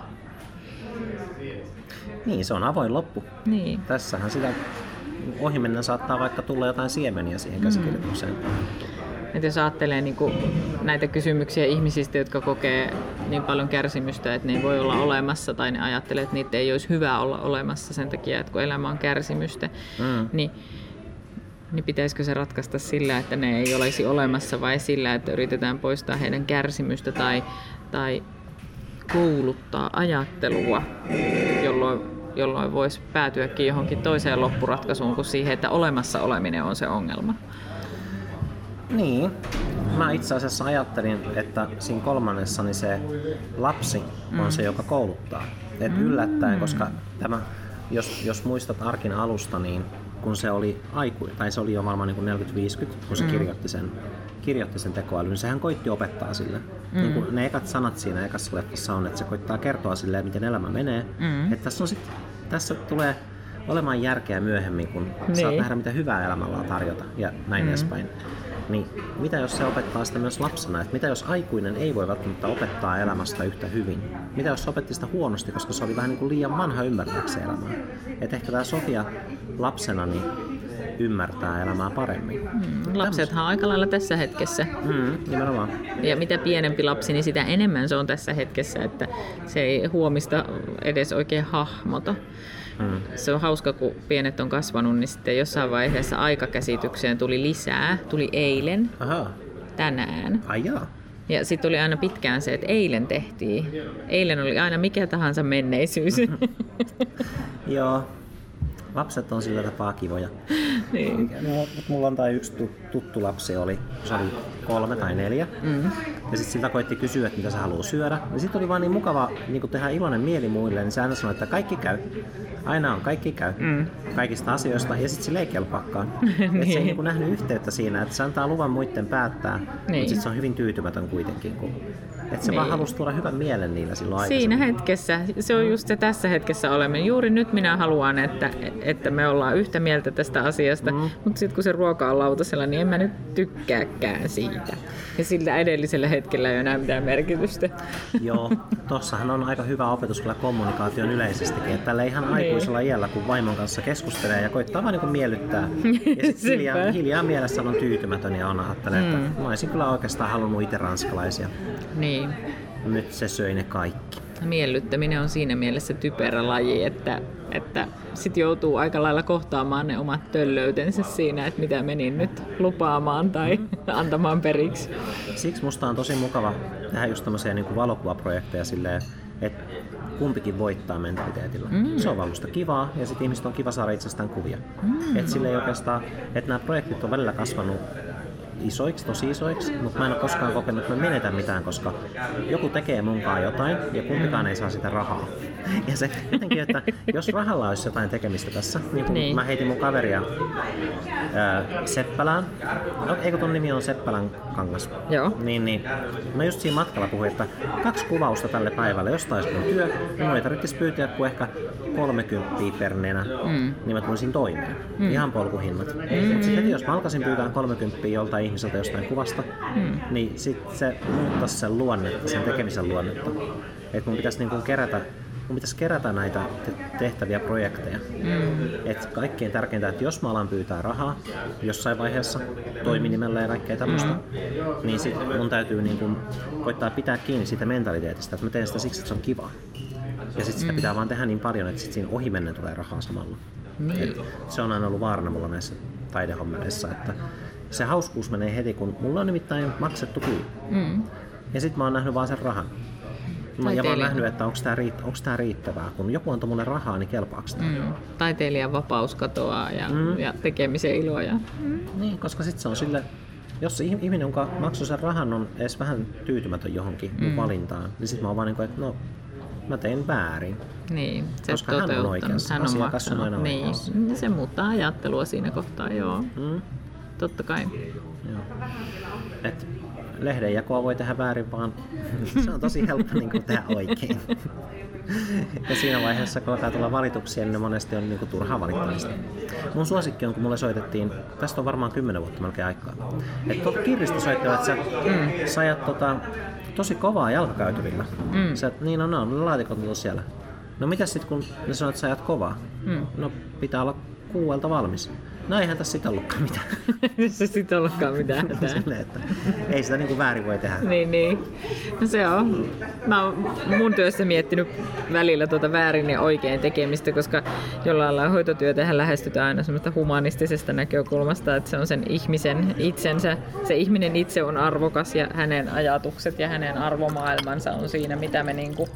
S2: Niin, se on avoin loppu.
S1: Niin.
S2: Tässähän sitä ohimennen saattaa vaikka tulla jotain siemeniä siihen käsikirjoitukseen.
S1: Et jos ajattelee niin kuin näitä kysymyksiä ihmisistä, jotka kokee niin paljon kärsimystä, että ne ei voi olla olemassa, tai ne ajattelee, että niitä ei olisi hyvä olla olemassa sen takia, että kun elämä on kärsimystä, niin pitäisikö se ratkaista sillä, että ne ei olisi olemassa, vai sillä, että yritetään poistaa heidän kärsimystä tai kouluttaa ajattelua, jolloin voisi päätyäkin johonkin toiseen loppuratkaisuun kuin siihen, että olemassa oleminen on se ongelma.
S2: Niin. Mä itse asiassa ajattelin, että siinä 3. niin se lapsi on se, joka kouluttaa. Et yllättäen, koska tämä, jos muistat Arkin alusta, niin kun se oli tai se oli jo varmaan niin 40-50, kun se kirjoitti sen tekoälyn, niin sehän koitti opettaa sille. Niin kuin ne ekat sanat siinä ekassa leffassa on, että se koittaa kertoa silleen, miten elämä menee. Että tässä tulee olemaan järkeä myöhemmin, kun saat nähdä, mitä hyvää elämällä on tarjota ja näin edespäin. Niin mitä jos se opettaa sitä myös lapsena? Että mitä jos aikuinen ei voi välttämättä opettaa elämästä yhtä hyvin? Mitä jos se opetti sitä huonosti, koska se oli vähän niin kuin liian vanha ymmärtääkseen elämää? Että ehkä tämä Sofia lapsena niin ymmärtää elämää paremmin.
S1: Lapsethan on aika lailla tässä hetkessä.
S2: Nimenomaan.
S1: Ja mitä pienempi lapsi, niin sitä enemmän se on tässä hetkessä, että se ei huomista edes oikein hahmota. Se on hauska, kun pienet on kasvanut, niin sitten jossain vaiheessa aikakäsitykseen tuli lisää. Tuli eilen, tänään.
S2: Ai jaa.
S1: Ja sitten oli aina pitkään se, että eilen tehtiin. Eilen oli aina mikä tahansa menneisyys.
S2: Joo. Lapset on sillä tapaa kivoja.
S1: Niin.
S2: Mulla on tai yksi tuttu lapsi, se oli 3 tai 4. Ja sitten siltä koitti kysyä, että mitä se haluaa syödä. Ja sitten oli vaan niin mukava niin tehdä iloinen mieli muille, niin se aina sanoi, että kaikki käy. Aina on kaikki käy kaikista asioista ja sitten se ei kelpaakaan. Niin. Et se ei niin nähnyt yhteyttä siinä, että se antaa luvan muiden päättää, niin. Mutta sitten se on hyvin tyytymätön kuitenkin. Että se vaan halusi tuoda hyvän mielen niillä silloin aikaisemmin.
S1: Siinä hetkessä, se on just se tässä hetkessä olemme. Juuri nyt minä haluan, että me ollaan yhtä mieltä tästä asiasta, mutta sitten kun se ruoka on lautasella, niin en mä nyt tykkääkään siitä. Ja sillä edellisellä hetkellä ei ole enää mitään merkitystä.
S2: Joo, tossahan on aika hyvä opetus kyllä kommunikaation yleisestikin, että tällä ihan aikuisella iällä, kun vaimon kanssa keskustelee ja koittaa vaan niin miellyttää. Ja sitten hiljaa mielessä on tyytymätön ja on ajattelee, että mä olisin kyllä oikeastaan halunnut itse ranskalaisia.
S1: Niin.
S2: Nyt se söi ne kaikki.
S1: Miellyttäminen on siinä mielessä typerä laji, että sit joutuu aika lailla kohtaamaan ne omat töllöytensä siinä, että mitä menin nyt lupaamaan tai antamaan periksi.
S2: Siksi musta on tosi mukava tehdä just tämmöisiä niin kuin valokuvaprojekteja silleen, että kumpikin voittaa mentaliteetillä. Se on vaan musta kivaa ja sitten ihmiset on kiva saada itsestään kuvia. Että sille ei oikeastaan, että nämä projektit on välillä kasvanut isoiksi, tosi isoiksi, mutta mä en ole koskaan kokenut, että mä menetän mitään, koska joku tekee munkaan jotain ja kumpikaan ei saa sitä rahaa. Ja se jotenkin, että jos rahalla olisi jotain tekemistä tässä, niin kun mä heitin mun kaveria Seppälään, eikö ton nimi on Seppälän kangas? Joo. Niin, mä just siinä matkalla puhuin, että 2 kuvausta tälle päivälle, jos taisi mun työ, niin mun ei tarvitsisi pyytää kuin ehkä 30 per nenä, niin mä tulisin toimeen. Ihan polkuhinnat. Mutta sitten jos mä alkaisin pyytää 30 joltain ihmiseltä jostain kuvasta, niin sitten se muuttaisi sen luonnetta, sen tekemisen luonnetta. Että mun pitäisi niin kerätä näitä tehtäviä projekteja. Et kaikkein tärkeintä, että jos mä alan pyytää rahaa jossain vaiheessa toiminimellä ja kaikkea tämmöistä, niin sit mun täytyy niin kuin koittaa pitää kiinni siitä mentaliteetistä, että mä teen sitä siksi, että se on kiva. Ja sit sitä pitää vaan tehdä niin paljon, että sit siinä ohimennen tulee rahaa samalla. Se on aina ollut vaarana mulla näissä taidehommeleissa, että se hauskuus menee heti, kun mulla on nimittäin maksettu kuva. Ja sit mä oon nähnyt vaan sen rahan. Ja mä oon nähnyt, että onko tää riittävää. Kun joku antoi mulle rahaa, niin kelpaako tää?
S1: Taiteilijan vapaus katoaa ja tekemisen iloa.
S2: Niin, koska sit se on sille, jos se ihminen, jonka maksoi sen rahan, on edes vähän tyytymätön johonkin valintaan, niin sit mä oon vaan niin kuin, että no, mä tein väärin.
S1: Niin, se
S2: koska hän on oikeassa.
S1: Hän on
S2: asiakas on aina oikeassa.
S1: Niin, se muuttaa ajattelua siinä kohtaa, joo. Totta kai.
S2: Joo. Et lehdenjakoa voi tehdä väärin, vaan se on tosi helppo niin kuin tehdä oikein. Ja siinä vaiheessa, kun alkaa tulla valituksia, niin ne monesti on niin kuin turhaa valittamista. Mun suosikki on, kun mulle soitettiin, tästä on varmaan 10 vuotta melkein aikaa, että tuolta Kirristä soittivat, että sä ajat tosi kovaa jalkakäytävillä. Sä, niin on, ne laatikot on siellä. No mitäs sit, kun ne sanoo, että sä ajat kovaa? No pitää olla 6 valmis. No eihän tässä sit ollutkaan mitään.
S1: Se sit ollutkaan mitään.
S2: Ei sitä niinku väärin voi tehdä.
S1: Niin. No se on. Mä oon mun työssä miettinyt välillä väärin ja oikein tekemistä, koska jollain lailla hoitotyötähän lähestytään aina semmoista humanistisesta näkökulmasta, että se on sen ihmisen itsensä. Se ihminen itse on arvokas ja hänen ajatukset ja hänen arvomaailmansa on siinä, mitä me niinku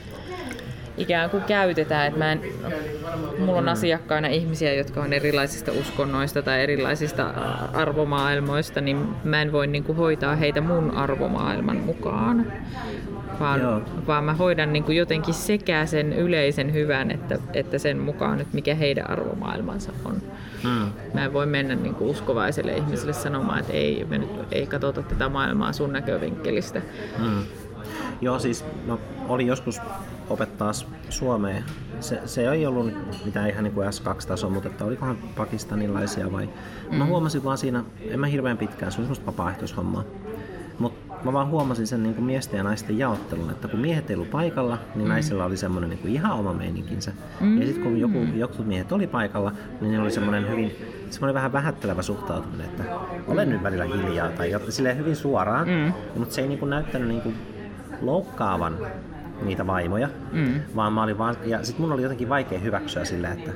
S1: ikään kuin käytetään. Että mulla on asiakkaina ihmisiä, jotka on erilaisista uskonnoista tai erilaisista arvomaailmoista, niin mä en voi niinku hoitaa heitä mun arvomaailman mukaan. Vaan mä hoidan niinku jotenkin sekä sen yleisen hyvän että sen mukaan, että mikä heidän arvomaailmansa on. Mä en voi mennä niinku uskovaiselle ihmiselle sanomaan, että me nyt ei katsota tätä maailmaa sun näkövinkkelistä.
S2: Joo, siis oli joskus opettaa suomea. Se ei ollut mitään ihan niin kuin S2-taso, mutta että olikohan pakistanilaisia vai... Mä huomasin vaan siinä, en mä hirveän pitkään, se oli semmoista vapaaehtoishommaa. Mutta mä vaan huomasin sen niin kuin miesten ja naisten jaottelun, että kun miehet ei ollut paikalla, niin naisilla oli semmoinen niin kuin ihan oma meininkinsä. Ja sitten kun jotkut miehet oli paikalla, niin ne oli semmoinen vähän vähättelevä suhtautuminen, että olen nyt välillä hiljaa tai silleen hyvin suoraan, mutta se ei niin kuin näyttänyt niin kuin loukkaavan niitä vaimoja, vaan mä olin vaan, ja sit mun oli jotenkin vaikea hyväksyä sillä, että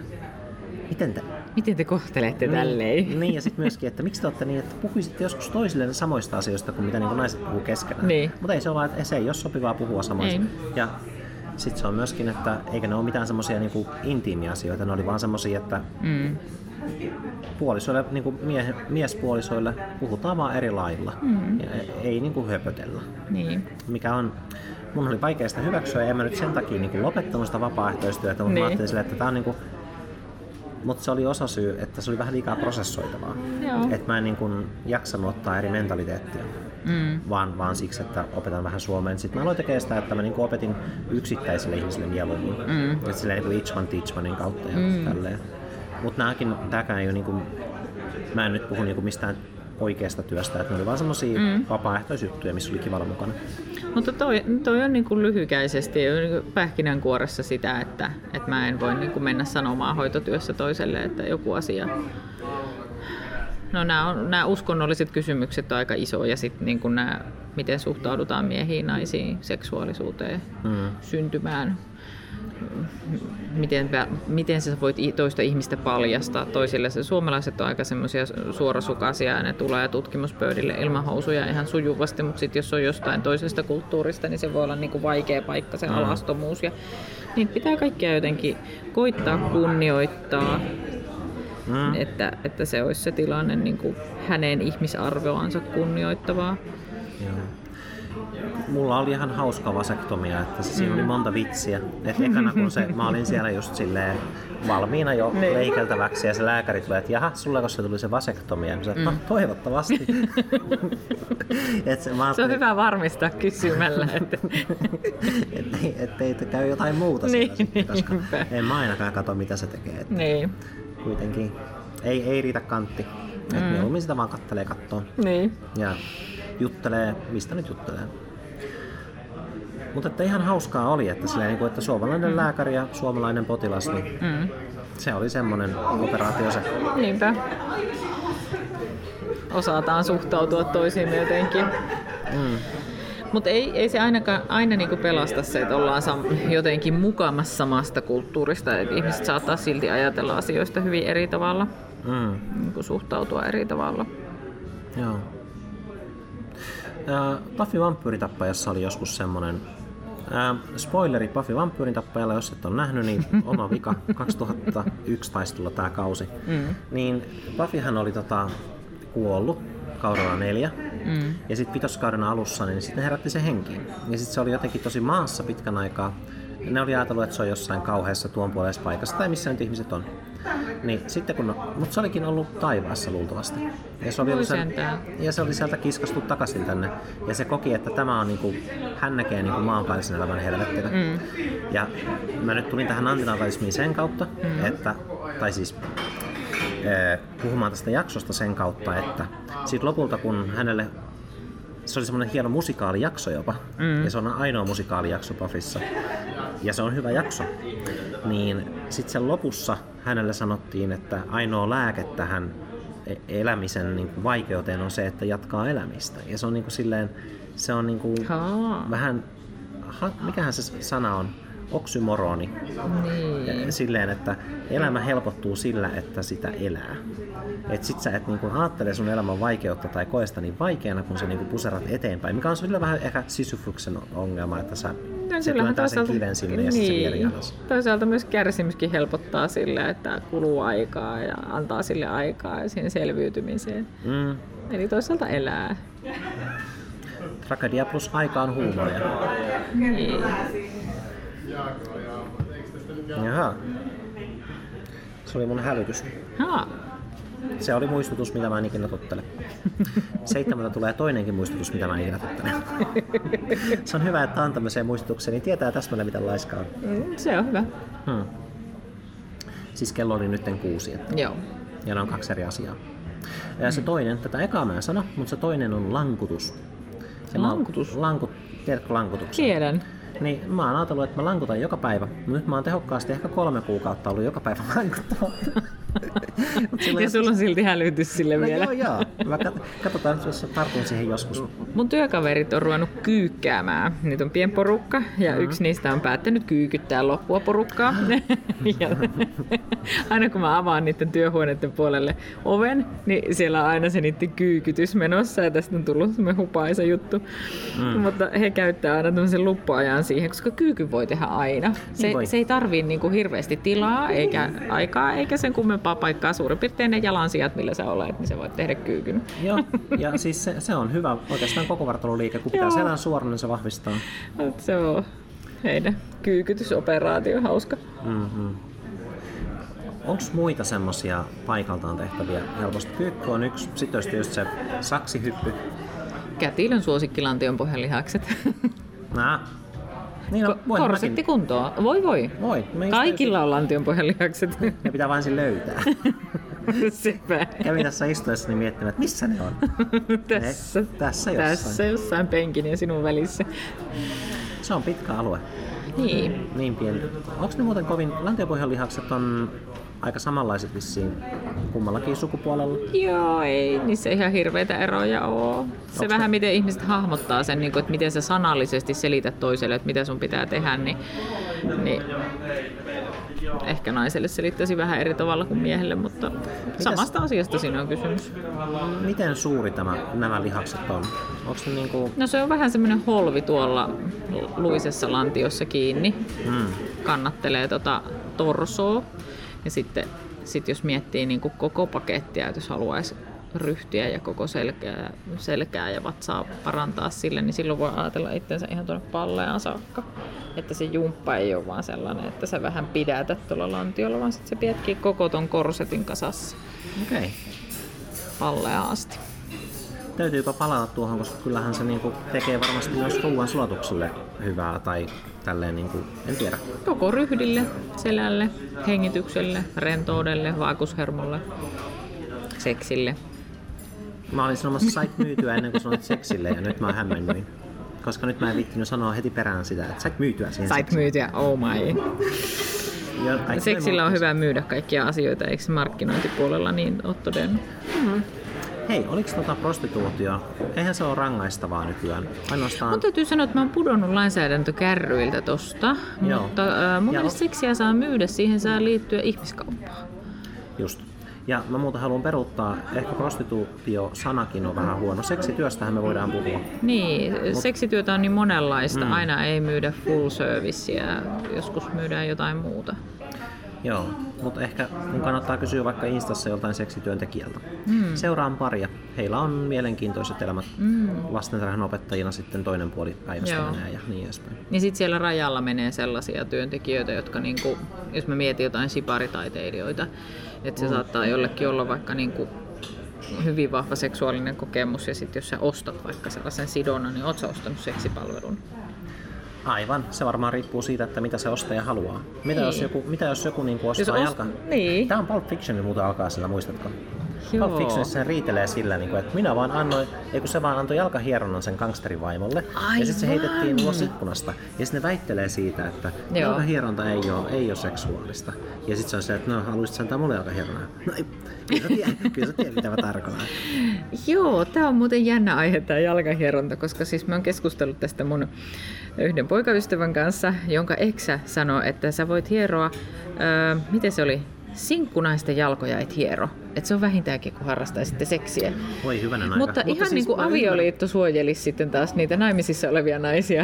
S1: miten te kohtelette tälleen?
S2: Niin, ja sitten myöskin, että miksi te olette niin, että puhuisitte joskus toisilleen samoista asioista kuin mitä niin kuin naiset puhuu keskenään. Niin. Mutta ei se ole vaan, että se ei ole sopivaa puhua samoista. Ja sitten se on myöskin, että eikä ne ole mitään semmoisia niinku intiimiä asioita, ne oli vaan semmoisia, että puolisoille, niinku miespuolisoille puhutaan vaan eri lailla ja ei niinku höpötellä.
S1: Niin.
S2: Mikä on, mun oli vaikea sitä hyväksyä ja en mä nyt sen takia niinku lopettanut sitä vapaaehtoistyötä, mutta mä ajattelin silleen, että tää on niinku, mutta se oli osa syy, että se oli vähän liikaa prosessoitavaa. Että mä en niinku jaksanut ottaa eri mentaliteettia. Vaan siksi, että opetan vähän suomeen. Sitten mä aloin tekemään sitä, että mä niinku opetin yksittäisille ihmisille mieluummin. Että silleen niinku each one teach onein kautta ja tälleen. Mutta tääkään ei ole niinku, mä en nyt puhu niinku mistään oikeasta työstä, että ne oli vaan semmosia vapaaehtoisjuttuja, missä oli kivalla mukana.
S1: Mutta toi on niinku lyhykäisesti niinku pähkinänkuoressa sitä, että mä en voi niinku mennä sanomaan hoitotyössä toiselle, että joku asia. No nämä uskonnolliset kysymykset on aika isoja, sitten niinku miten suhtaudutaan miehiin, naisiin, seksuaalisuuteen, syntymään. Miten sä voit toista ihmistä paljastaa toisille. Suomalaiset on aika semmoisia suorasukaisia ja ne tulee tutkimuspöydille ilman housuja ihan sujuvasti, mutta sitten jos on jostain toisesta kulttuurista, niin se voi olla niinku vaikea paikka, se alastomuus. Ja niin pitää kaikkia jotenkin koittaa kunnioittaa, että se olisi se tilanne niinku hänen ihmisarvoansa kunnioittavaa.
S2: Joo. Mulla oli ihan hauska vasektomia, että siinä oli monta vitsiä. Et ekana kun mä olin siellä just silleen valmiina jo leikeltäväksi ja se lääkäri tuli, että jaha, sulle se tuli se vasektomia. Ja mä toivottavasti.
S1: Se on hyvä varmistaa kysymällä.
S2: Ettei käy jotain muuta siellä sitten, koska en mä ainakaan katso mitä se tekee.
S1: Niin.
S2: Kuitenkin ei riitä kantti. Mieluummin sitä vaan kattelee kattoon.
S1: Niin.
S2: Ja juttelee, mistä nyt juttelee. Mutta että ihan hauskaa oli, että, että suomalainen lääkäri ja suomalainen potilas, niin se oli semmoinen operaatio se.
S1: Niinpä. Osataan suhtautua toisiimme jotenkin. Mutta ei se aina niinku pelasta se, että ollaan jotenkin mukamassa samasta kulttuurista. Et ihmiset saattaa silti ajatella asioista hyvin eri tavalla, niinku suhtautua eri tavalla.
S2: Joo. Buffy vampyyritappajassa oli joskus semmonen spoileri Buffy vampyyrintappajalla, jos et ole nähnyt, niin oma vika. 2001 taisi tulla tää kausi. Niin Buffyhän oli kuollut kaudella 4. Ja sitten vitoskauden alussa niin sitten herätti se henkiin. Ja sitten se oli jotenkin tosi maassa pitkän aikaa. Ne oli ajatellut, että se on jossain kauheassa tuonpuoleisessa paikassa tai missä nyt ihmiset on. Niin sitten mutta se olikin ollut taivaassa luultavasti. Ja se oli sieltä kiskastu takaisin tänne. Ja se koki, että tämä on niinku, hän näkee niinku maanpäällisen elämän helvettinä. Ja mä nyt tulin tähän antinatalismiin sen kautta, että, tai siis puhumaan tästä jaksosta sen kautta, että sit lopulta kun hänelle se oli semmoinen hieno musikaalijakso jopa, ja se on ainoa musikaalijakso Buffyssa, ja se on hyvä jakso, niin sitten sen lopussa hänelle sanottiin, että ainoa lääke tähän elämisen niin kuin vaikeuteen on se, että jatkaa elämistä. Ja se on niin kuin silleen, se on niin kuin vähän, mikähän se sana on? Oksymoroni. Niin. Silleen, että elämä helpottuu sillä, että sitä elää. Et sit sä et niinku ajattele sun elämän vaikeutta tai koe sitä niin vaikeana, kun sä niinku puserat eteenpäin. Mikä on sillä vähän ehkä Sisyfoksen ongelma, että se työntää sen kiven sinne ja sitten se vieri alas.
S1: Toisaalta myös kärsimyskin helpottaa sillä, että kuluu aikaa ja antaa sille aikaa ja siihen selviytymiseen. Eli toisaalta elää.
S2: Tragedia plus aika on huumoria.
S1: Niin.
S2: Jaha. Se oli mun hälytys. Se oli muistutus, mitä mä en ikinä tottele. 7 tulee toinenkin muistutus, mitä mä en ikinä tottele. Se on hyvä, että on tämmöiseen muistutukseen, niin tietää täsmälleen, mitä laiska on.
S1: Se on hyvä.
S2: Siis kello oli nytten 6.
S1: Joo.
S2: Ja ne on 2 eri asiaa. Ja se toinen, tätä ekaa mä en sano, mutta se toinen on lankutus.
S1: Lankutus?
S2: Tiedätkö lankutuksen?
S1: Tiedän.
S2: Niin mä oon ajatellut, että mä lankutan joka päivä. Nyt mä oon tehokkaasti ehkä 3 kuukautta ollut joka päivä lankuttava.
S1: Ja sulla on silti hälytys sille vielä.
S2: Joo. Katsotaan, jos tartun siihen joskus.
S1: Mun työkaverit on ruvennut kyykkäämään. Niitä on pieni porukka ja yksi niistä on päättänyt kyykyttää loppua porukkaa. Ja aina kun mä avaan niiden työhuoneiden puolelle oven, niin siellä on aina se niiden kyykytys menossa ja tästä on tullut semmoinen hupaisa juttu. Mutta he käyttää aina tämmöisen luppuajan siihen, koska kyykyn voi tehdä aina. Se ei tarvii niinku hirveästi tilaa eikä aikaa eikä sen kummempaa paikkaa. Suurin piirtein ne jalansijat, millä sä olet, niin sä voit tehdä kyykyn.
S2: Joo, ja siis se on hyvä oikeastaan koko vartaloliike, kun pitää selän suoraan, niin se vahvistaa.
S1: Se on heidän kyykytysoperaatio hauska.
S2: Mm-hmm. Onko muita semmosia paikaltaan tehtäviä helposti? Kyykky on yksi, sitten olisi just se saksihyppy.
S1: Kätilön suosikkilantion pohjanlihakset.
S2: Niin,
S1: korsetti kuntoa. Voi. Kaikilla on lantion pohjanlihakset.
S2: Ne pitää vain löytää.
S1: Sepä.
S2: Kävin tässä istuessani miettimään, että missä ne on.
S1: Tässä
S2: jossain.
S1: Tässä jossain penkin ja sinun välissä.
S2: Se on pitkä alue. Niin pieni. Onko ne muuten kovin, lantiopohjanlihakset on aika samanlaiset vissiin kummallakin sukupuolella?
S1: Joo, ei niissä ihan hirveitä eroja ole. Se vähän miten ihmiset hahmottaa sen, että miten sä sanallisesti selität toiselle, että mitä sun pitää tehdä, niin ehkä naiselle selittäisi vähän eri tavalla kuin miehelle, mutta samasta asiasta siinä on kysymys.
S2: Miten suuri nämä lihakset on? Onko ne niinku...
S1: No se on vähän semmoinen holvi tuolla luisessa lantiossa kiinni. Kannattelee torsoa. Ja sitten jos miettii niin kuin koko pakettia, että jos haluaisi ryhtiä ja koko selkää ja vatsaa parantaa sille, niin silloin voi ajatella itsensä ihan tuonne palleaan saakka. Että se jumppa ei ole vaan sellainen, että sä vähän pidätät tuolla lantiolla, vaan sitten se pietkii koko ton korsetin kasassa.
S2: Okei.
S1: Palleaan asti.
S2: Täytyypä palata tuohon, koska kyllähän se niinku tekee varmasti myös ruoan sulatukselle hyvää tai tälleen niinku, en tiedä.
S1: Koko ryhdille, selälle, hengitykselle, rentoudelle, vaakushermolle, seksille.
S2: Mä olin sanomassa sait myytyä ennen kuin sanoit seksille ja nyt mä hämmennyin. Koska nyt mä en viittinyt sanoa heti perään sitä, että sait myytyä siihen
S1: Sait
S2: seksiin.
S1: myytyä, oh my. Seksillä on hyvä myydä kaikkia asioita, eikö markkinointipuolella niin ole todennut?
S2: Mm-hmm. Hei, oliko prostituutio? Eihän se ole rangaistavaa nykyään. Ainoastaan...
S1: Mun täytyy sanoa, että mä oon pudonnut lainsäädäntökärryiltä tosta, mutta mun mielestä seksiä saa myydä, siihen saa liittyä ihmiskauppaan.
S2: Just. Ja mä muuten haluan peruuttaa, ehkä prostituutio-sanakin on vähän huono. Seksityöstähän me voidaan puhua.
S1: Niin, seksityötä on niin monenlaista. Aina ei myydä full servicea, joskus myydään jotain muuta.
S2: Joo, mutta ehkä mun kannattaa kysyä vaikka Instassa joltain seksityöntekijältä. Seuraan paria. Heillä on mielenkiintoiset elämät lastentarhanopettajina, sitten toinen puoli päivästä menee ja niin edespäin.
S1: Niin sitten siellä rajalla menee sellaisia työntekijöitä, jotka niinku, jos mä mietin jotain siparitaiteilijoita, että se saattaa jollekin olla vaikka niinku hyvin vahva seksuaalinen kokemus ja sitten jos sä ostat vaikka sellaisen sidonnan, niin oot sä ostanut seksipalvelun?
S2: Aivan. Se varmaan riippuu siitä, että mitä se ostaja haluaa. Mitä jos joku niin ostaa
S1: Niin.
S2: Tämä on Pulp Fiction, muuten alkaa sillä, muistatko?
S1: Joo.
S2: Pulp Fictionissa se riitelee sillä, että minä vaan annoin, kun se vaan antoi jalkahieronnan sen gangsterin vaimolle. Aivan. Ja sitten se heitettiin ulos ikkunasta. Ja sitten ne väittelee siitä, että jalkahieronta ei ole seksuaalista. Ja sitten se on se, että no haluaisit antaa mulle jalkahieronnaa. No ei, kyllä sä tiedät mitä mä tarkoitan.
S1: Joo, tää on muuten jännä aihe tää jalkahieronta, koska siis mä oon keskustellut tästä mun yhden poikaystävän kanssa, jonka eksä sanoi, että sä voit hieroa, miten se oli? Sinkkunaisten jalkoja et hiero. Että se on vähintäänkin, kun harrastaisitte seksiä.
S2: Voi hyvänen aika.
S1: Mutta ihan siis niin kuin avioliitto suojelisi sitten taas niitä naimisissa olevia naisia.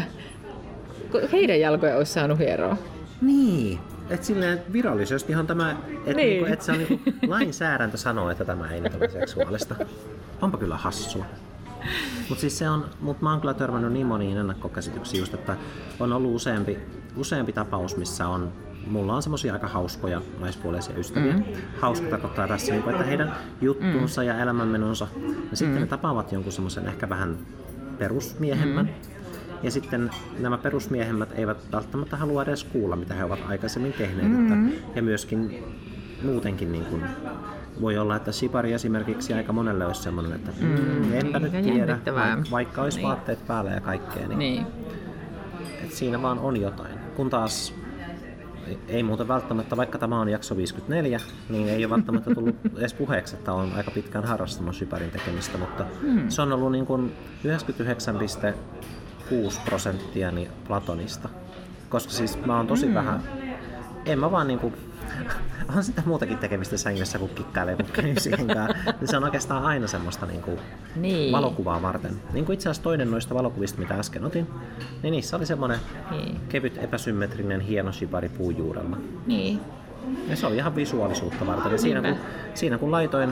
S1: Heidän jalkoja olisi saanut hieroa.
S2: Niin. Että silleen virallisestihan tämä, että
S1: niin.
S2: Niinku, et se on niinku, lainsäädäntö sanoo, että tämä ei nyt ole seksuaalista. Onpa kyllä hassua. Mutta siis mä oon kyllä törmännyt niin moniin ennakkokäsityksiin just, että on ollut useampi tapaus, missä mulla on semmosia aika hauskoja naispuoleisia ystäviä. Hauska tarkoittaa tässä, että heidän juttunsa ja elämänmenonsa. Ja sitten ne tapaavat jonkun semmoisen ehkä vähän perusmiehemmän. Ja sitten nämä perusmiehemmät eivät välttämättä halua edes kuulla, mitä he ovat aikaisemmin tehneet. Ja myöskin muutenkin niin kuin, voi olla, että shibari esimerkiksi aika monelle olisi semmoinen, että enpä nyt tiedä, vaikka olisi vaatteet päällä ja kaikkea. Niin. Että siinä vaan on jotain. Kun taas ei muuten välttämättä, vaikka tämä on jakso 54, niin ei ole välttämättä tullut edes puheeksi, että on aika pitkään harrastanut shibarin tekemistä, mutta se on ollut niin kuin 99,6% niin platonista. Koska siis mä oon tosi vähän, en mä vaan niinku on sitä muutakin tekemistä sängyssä, kun kikkailee pukkeen siihen kanssa. Se on oikeastaan aina semmoista niin. valokuvaa varten. Niin kuin itse asiassa toinen noista valokuvista, mitä äsken otin, niin niissä oli semmoinen kevyt, epäsymmetrinen, hieno shibari puun juurella.
S1: Niin.
S2: Ja se oli ihan visuaalisuutta varten. Ja siinä kun laitoin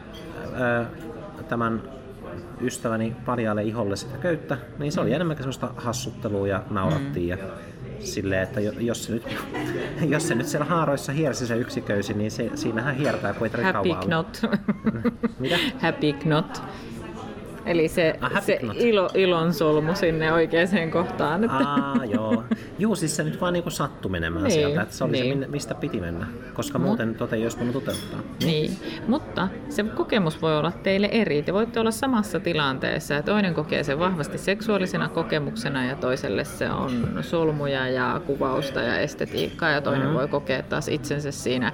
S2: tämän ystäväni paljaalle iholle sitä köyttä, niin se oli enemmänkin semmoista hassuttelua ja naurattiin. Ja silleen, että jos se nyt siellä haaroissa hiersi se yksi köysi, niin siinähän hiertää, kun ei tarvitse kauan.
S1: Happy knot.
S2: Mitä?
S1: Happy knot. Eli se ilon solmu sinne oikeaan kohtaan.
S2: Joo. Juu, siis se nyt vaan niinku sattui menemään sieltä, että se oli se, mistä piti mennä, koska muuten ei olisi voinut toteuttaa.
S1: Niin, mutta se kokemus voi olla teille eri. Te voitte olla samassa tilanteessa ja toinen kokee sen vahvasti seksuaalisena kokemuksena ja toiselle se on solmuja ja kuvausta ja estetiikkaa ja toinen voi kokea taas itsensä siinä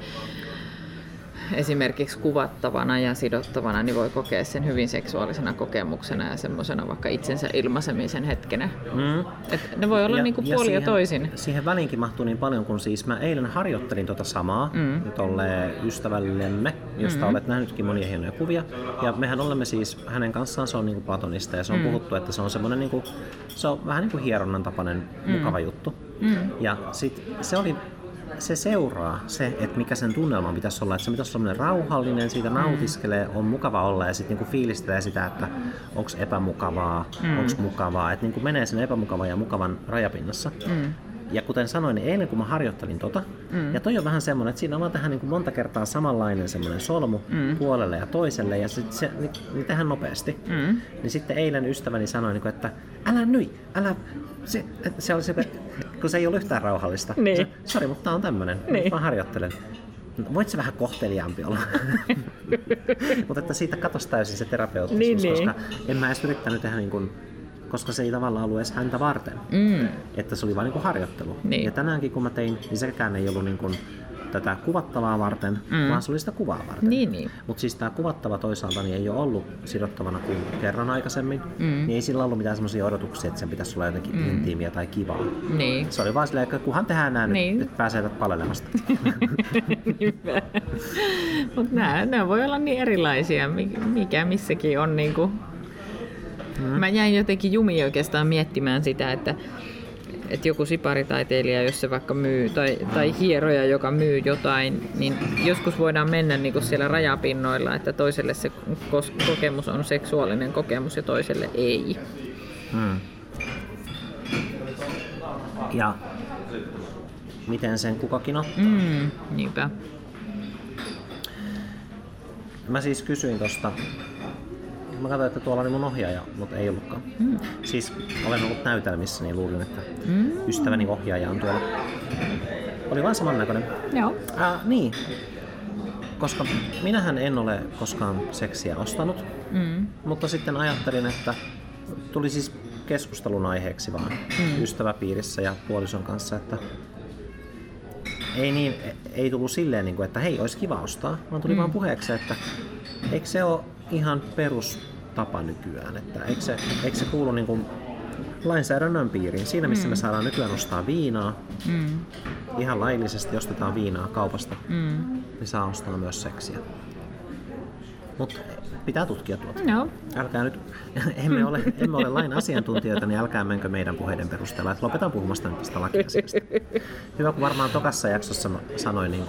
S1: esimerkiksi kuvattavana ja sidottavana, niin voi kokea sen hyvin seksuaalisena kokemuksena ja semmoisena vaikka itsensä ilmaisemisen hetkenä. Et ne voi olla niinku puoli ja toisin.
S2: Siihen väliinkin mahtuu niin paljon, kun siis mä eilen harjoittelin tota samaa tolle ystävällemme, josta olet nähnytkin monia hienoja kuvia. Ja mehän olemme siis, hänen kanssaan se on niinku platonista ja se on puhuttu, että se on semmoinen niinku, se on vähän niinku hieronnan tapainen mukava juttu. Ja sit se seuraa se, että mikä sen tunnelman pitäisi olla, että se pitäisi olla rauhallinen, siitä nautiskelee, on mukava olla ja sitten niinku fiilistelee sitä, että onko epämukavaa, onko mukavaa, että niinku menee sen epämukavan ja mukavan rajapinnassa. Ja kuten sanoin, niin eilen kun mä harjoittelin ja toi on vähän semmoinen, että siinä on vaan tähän niin kuin monta kertaa samanlainen semmoinen solmu puolelle ja toiselle ja se niin tehdään nopeasti. Niin sitten eilen ystäväni sanoi, että älä nyi, se oli se, kun se ei ole yhtään rauhallista.
S1: Niin.
S2: Sori, mutta tää on tämmönen, nyt mä harjoittelen. Voit se vähän kohteliaampi olla? Mutta että siitä katosi täysin se terapeuttisuus, koska en mä edes yrittänyt tehdä niin kuin, koska se ei tavallaan ollut edes häntä varten. Että se oli vain niin harjoittelu.
S1: Niin.
S2: Ja tänäänkin kun mä tein, niin sekään ei ollut niin kuin tätä kuvattavaa varten, vaan se oli sitä kuvaa varten.
S1: Niin.
S2: Mutta siis tämä kuvattava toisaalta niin ei ole ollut sidottavana kuin kerran aikaisemmin. Niin ei sillä ollut mitään semmoisia odotuksia, että sen pitäisi olla jotenkin intiimiä tai kivaa.
S1: Niin.
S2: Se oli vaan silleen, että kunhan tehdään nämä nyt pääsee palelemasta.
S1: Mutta nämä voi olla niin erilaisia, mikä missäkin on niinku. Mä jäin jotenkin jumiin oikeastaan miettimään sitä, että joku siparitaiteilija, jos se vaikka myy, tai hieroja, joka myy jotain, niin joskus voidaan mennä niin kuin siellä rajapinnoilla, että toiselle se kokemus on seksuaalinen kokemus ja toiselle ei.
S2: Ja miten sen kukakin ottaa?
S1: Niinpä.
S2: Mä siis kysyin tosta. Mä katsoin, että tuolla oli mun ohjaaja, mutta ei ollutkaan. Siis olen ollut näytelmissä, niin luulin, että ystäväni ohjaaja on tuolla. Oli vaan samannäköinen.
S1: Joo.
S2: Niin, koska minähän en ole koskaan seksiä ostanut, mutta sitten ajattelin, että tuli siis keskustelun aiheeksi vaan ystäväpiirissä ja puolison kanssa, että ei tullut silleen, että hei, olisi kiva ostaa, vaan tuli vaan puheeksi, että eikö se ole ihan perustapa nykyään, että eikö se kuulu niin kuin lainsäädännön piiriin. Siinä missä me saadaan nykyään ostaa viinaa, ihan laillisesti ostetaan viinaa kaupasta, niin saa ostaa myös seksiä. Mutta pitää tutkia tuota.
S1: No.
S2: Älkää nyt, emme ole lain asiantuntijoita, niin älkää menkö meidän puheiden perusteella. Että lopetan puhumasta nyt tästä lakiasiasta. Hyvä, kun varmaan tokassa jaksossa sanoin,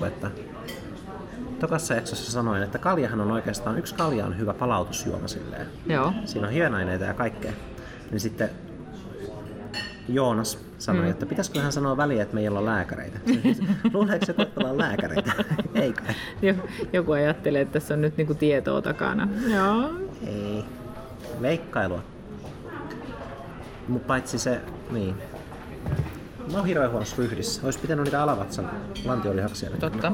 S2: että kaljahan on oikeastaan, yksi kalja on hyvä palautusjuoma silleen.
S1: Joo.
S2: Siinä on hienaineita ja kaikkea. Niin sitten Joonas sanoi, että pitäisikö hän sanoa väliin, että me ei olla lääkäreitä. Luuleeko se, että ollaan lääkäreitä? Ei kai.
S1: Joku ajattelee, että tässä on nyt niinku tietoa takana. Joo.
S2: Ei. Veikkailua. Mut paitsi se, niin. Mä oon hirveän huonossa ryhdissä. Ois pitänyt niitä alavatsan lantiolihaksia.
S1: Totta.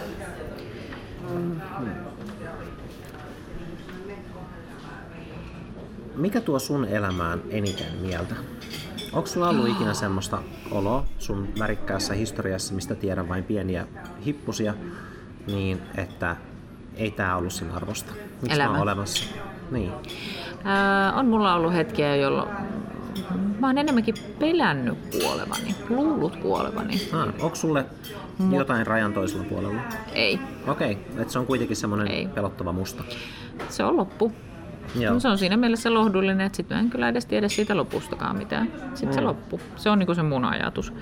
S2: Mikä tuo sun elämään eniten mieltä? Onko sulla ollut ikinä semmoista oloa sun värikkäässä historiassa, mistä tiedän vain pieniä hippusia, niin että ei tää ollut sen arvosta? Miksi mä oon olemassa? Niin.
S1: On mulla ollut hetkiä, jolloin mä oon enemmänkin pelännyt kuolevani, luullut kuolevani.
S2: Onko sulle jotain rajan toisella puolella?
S1: Ei.
S2: Okei, että se on kuitenkin semmoinen pelottava musta.
S1: Se on loppu. Joo. Se on siinä mielessä lohdullinen, että sitten en kyllä edes tiedä siitä lopustakaan mitään. Sitten se loppu. Se on niinku se mun ajatus.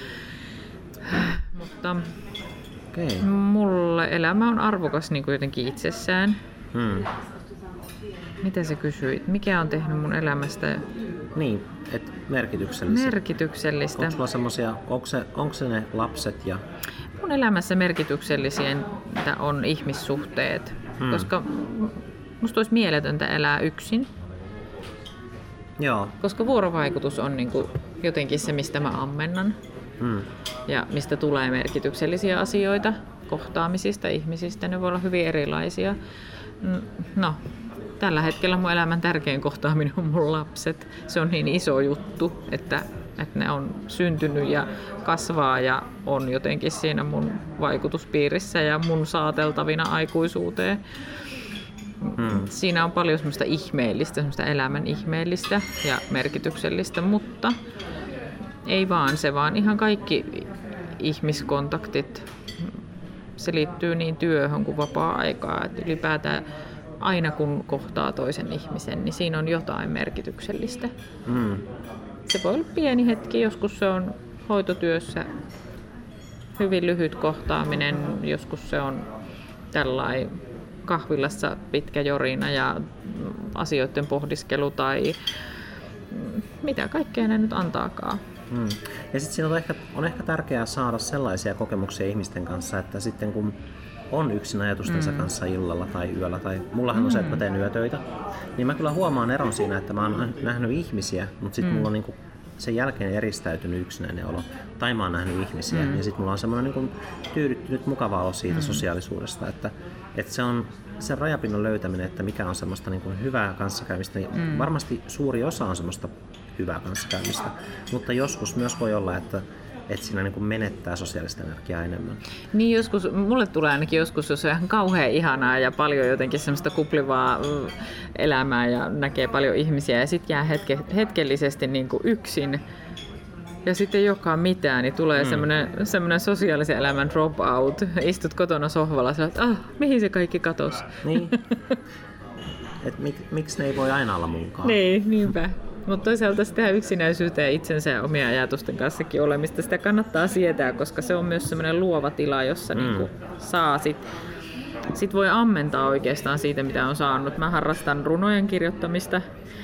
S1: Mutta mulle elämä on arvokas niinku jotenkin itsessään. Mitä sä kysyit? Mikä on tehnyt mun elämästä?
S2: Niin, että merkityksellistä.
S1: Merkityksellistä.
S2: Onko sulla semmosia, onko se ne lapset ja...
S1: Mun elämässä merkityksellisiä on ihmissuhteet, koska musta olisi mieletöntä elää yksin.
S2: Joo.
S1: Koska vuorovaikutus on niinku jotenkin se, mistä mä ammennan. Ja mistä tulee merkityksellisiä asioita kohtaamisista, ihmisistä. Ne voi olla hyvin erilaisia. No, tällä hetkellä mun elämän tärkein kohtaaminen on mun lapset. Se on niin iso juttu, että ne on syntynyt ja kasvaa ja on jotenkin siinä mun vaikutuspiirissä ja mun saateltavina aikuisuuteen. Siinä on paljon semmoista ihmeellistä, semmoista elämän ihmeellistä ja merkityksellistä, mutta ei vaan se, vaan ihan kaikki ihmiskontaktit. Se liittyy niin työhön kuin vapaa-aikaa, että ylipäätään aina kun kohtaa toisen ihmisen, niin siinä on jotain merkityksellistä. Se voi olla pieni hetki, joskus se on hoitotyössä hyvin lyhyt kohtaaminen, joskus se on tällainen kahvilassa pitkä jorina ja asioiden pohdiskelu tai mitä kaikkea ne nyt antaakaan.
S2: Ja sitten siinä on ehkä tärkeää saada sellaisia kokemuksia ihmisten kanssa, että sitten kun on yksin ajatustensa kanssa illalla tai yöllä, tai mullahan on se, että mä teen yötöitä, niin mä kyllä huomaan eron siinä, että mä oon nähnyt ihmisiä, mutta sitten mulla on niinku sen jälkeen eristäytynyt yksinäinen olo, tai mä oon nähnyt ihmisiä, ja sitten mulla on semmoinen niinku tyydyttynyt mukava olo siitä sosiaalisuudesta, että se on sen rajapinnon löytäminen, että mikä on semmoista niinku hyvää kanssakäymistä, niin varmasti suuri osa on semmoista hyvää kanssakäymistä, mutta joskus myös voi olla, että siinä niin kuin menettää sosiaalista energiaa enemmän.
S1: Niin joskus, mulle tulee ainakin joskus, jos on ihan kauhean ihanaa ja paljon jotenkin semmoista kuplivaa elämää ja näkee paljon ihmisiä ja sitten jää hetkellisesti niin kuin yksin ja sitten ei olekaan mitään, niin tulee semmoinen sosiaalisen elämän drop out. Istut kotona sohvalla ja että mihin se kaikki katosi?
S2: Niin. Miksi ne ei voi aina olla munkaan?
S1: Niin, niinpä. Mutta toisaalta sitä yksinäisyyttä ja itsensä ja omien ajatusten kanssakin olemista, sitä kannattaa sietää, koska se on myös semmoinen luova tila, jossa niinku saa sit voi ammentaa oikeastaan siitä, mitä on saanut. Mä harrastan runojen kirjoittamista.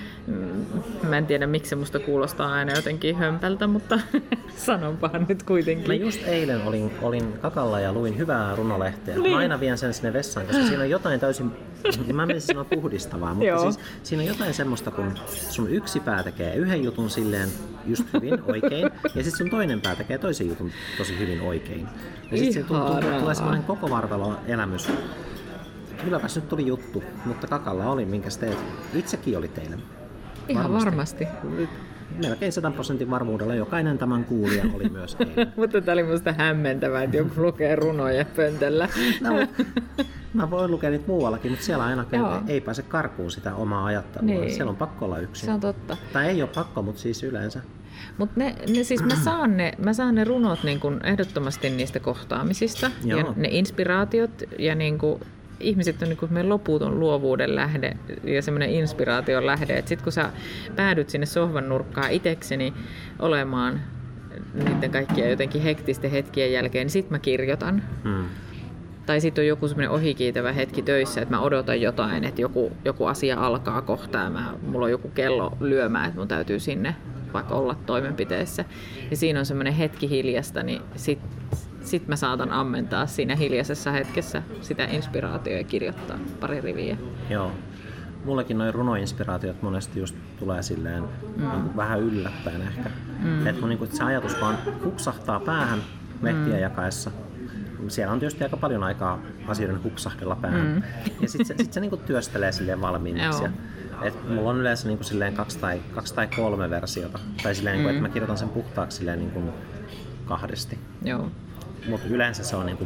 S1: Mä en tiedä, miksi se musta kuulostaa aina jotenkin hömpältä, mutta sanonpahan nyt kuitenkin.
S2: Mä just eilen olin kakalla ja luin hyvää runolehteä. Niin. Mä aina vien sen sinne vessaan, koska siinä on jotain täysin, mä menisin sanoa puhdistavaa, mutta siis siinä on jotain semmoista, kun sun yksi pää tekee yhden jutun silleen just hyvin oikein, ja sitten sun toinen pää tekee toisen jutun tosi hyvin oikein. Ja sitten tulee semmoinen koko vartalo elämys. Kylläpäs nyt tuli juttu, mutta kakalla oli, minkäs teet. Itsekin oli teille.
S1: Ihan varmasti.
S2: Melkein 100% varmuudella jokainen tämän kuulija oli myös eilen.
S1: Mutta tämä oli musta hämmentävää, että joku lukee runoja pöntöllä.
S2: No, mä voin lukea niitä muuallakin, mutta siellä ainakin ei pääse karkuun sitä omaa ajattelua. Niin. Siellä on pakko olla yksin.
S1: Se on totta.
S2: Tai ei ole pakko, mutta siis yleensä.
S1: Mutta siis mä saan ne runot niin kun ehdottomasti niistä kohtaamisista. Joo. Ja ne inspiraatiot ja niin kun ihmiset on niin kuin loputon luovuuden lähde ja semmoinen inspiraation lähde. Sitten kun sä päädyt sinne sohvan nurkkaan itsekseni olemaan niiden kaikkien jotenkin hektisten hetkien jälkeen, niin sit mä kirjoitan. Tai sitten on joku semmoinen ohikiitävä hetki töissä, että mä odotan jotain, että joku asia alkaa kohta ja mulla on joku kello lyömään, että mun täytyy sinne vaikka olla toimenpiteessä. Ja siinä on semmoinen hetki hiljasta, niin sit mä saatan ammentaa siinä hiljaisessa hetkessä sitä inspiraatiota ja kirjoittaa pari riviä.
S2: Joo. Mullekin noin runoinspiraatiot monesti just tulee silleen vähän yllättäen ehkä. Että niinku, se ajatus vaan huksahtaa päähän lehtiä jakaessa. Siellä on tietysti aika paljon aikaa asioiden huksahdella päähän. Ja sit se niinku työstelee silleen valmiimmaksi. Et mulla on yleensä niinku silleen 2 tai 3 versiota. Tai silleen, niinku, että mä kirjoitan sen puhtaaksi silleen niinku 2.
S1: Joo.
S2: Mutta yleensä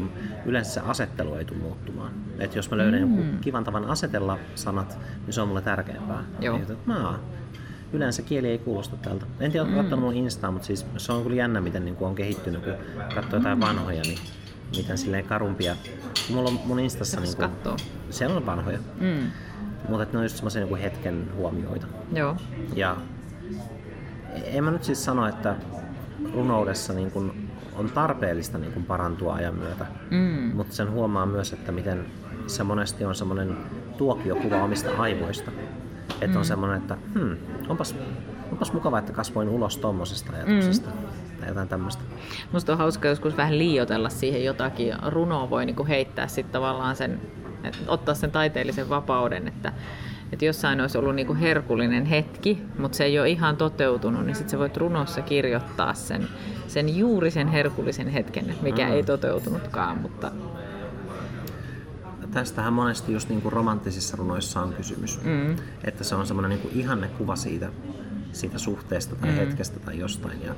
S2: se asettelu ei tule muuttumaan. Et jos mä löydän jonkun kivan tavan asetella sanat, niin se on mulle tärkeämpää.
S1: Joo.
S2: yleensä kieli ei kuulosta tältä. En tiedä, oletko katsonut mun Instaa, mutta siis se on kyllä jännä, miten niin kuin on kehittynyt, kun katsoo jotain vanhoja, niin miten silleen karumpia. Mulla on mun Instassa, niin kuin, siellä on vanhoja, mutta ne on just semmoisia niin hetken huomioita.
S1: Joo.
S2: Ja en mä nyt siis sano, että runoudessa niin kuin on tarpeellista niin kuin parantua ajan myötä, mutta sen huomaa myös, että miten se monesti on semmoinen tuokiokuva omista aivoista. Että on semmoinen, että onpas mukava, että kasvoin ulos tommosesta ajatuksesta tai jotain tämmöistä.
S1: Musta on hauska joskus vähän liioitella siihen jotakin. Runoa voi niinku heittää sitten tavallaan sen, ottaa sen taiteellisen vapauden, että jossain olisi ollut niinku herkullinen hetki, mutta se ei ole ihan toteutunut, niin sitten sä voit runossa kirjoittaa sen juuri sen herkullisen hetken, mikä ei toteutunutkaan. Mutta
S2: tästähän monesti just niin kuin romanttisissa runoissa on kysymys. Että se on semmoinen niin kuin ihannekuva siitä suhteesta tai hetkestä tai jostain. Ja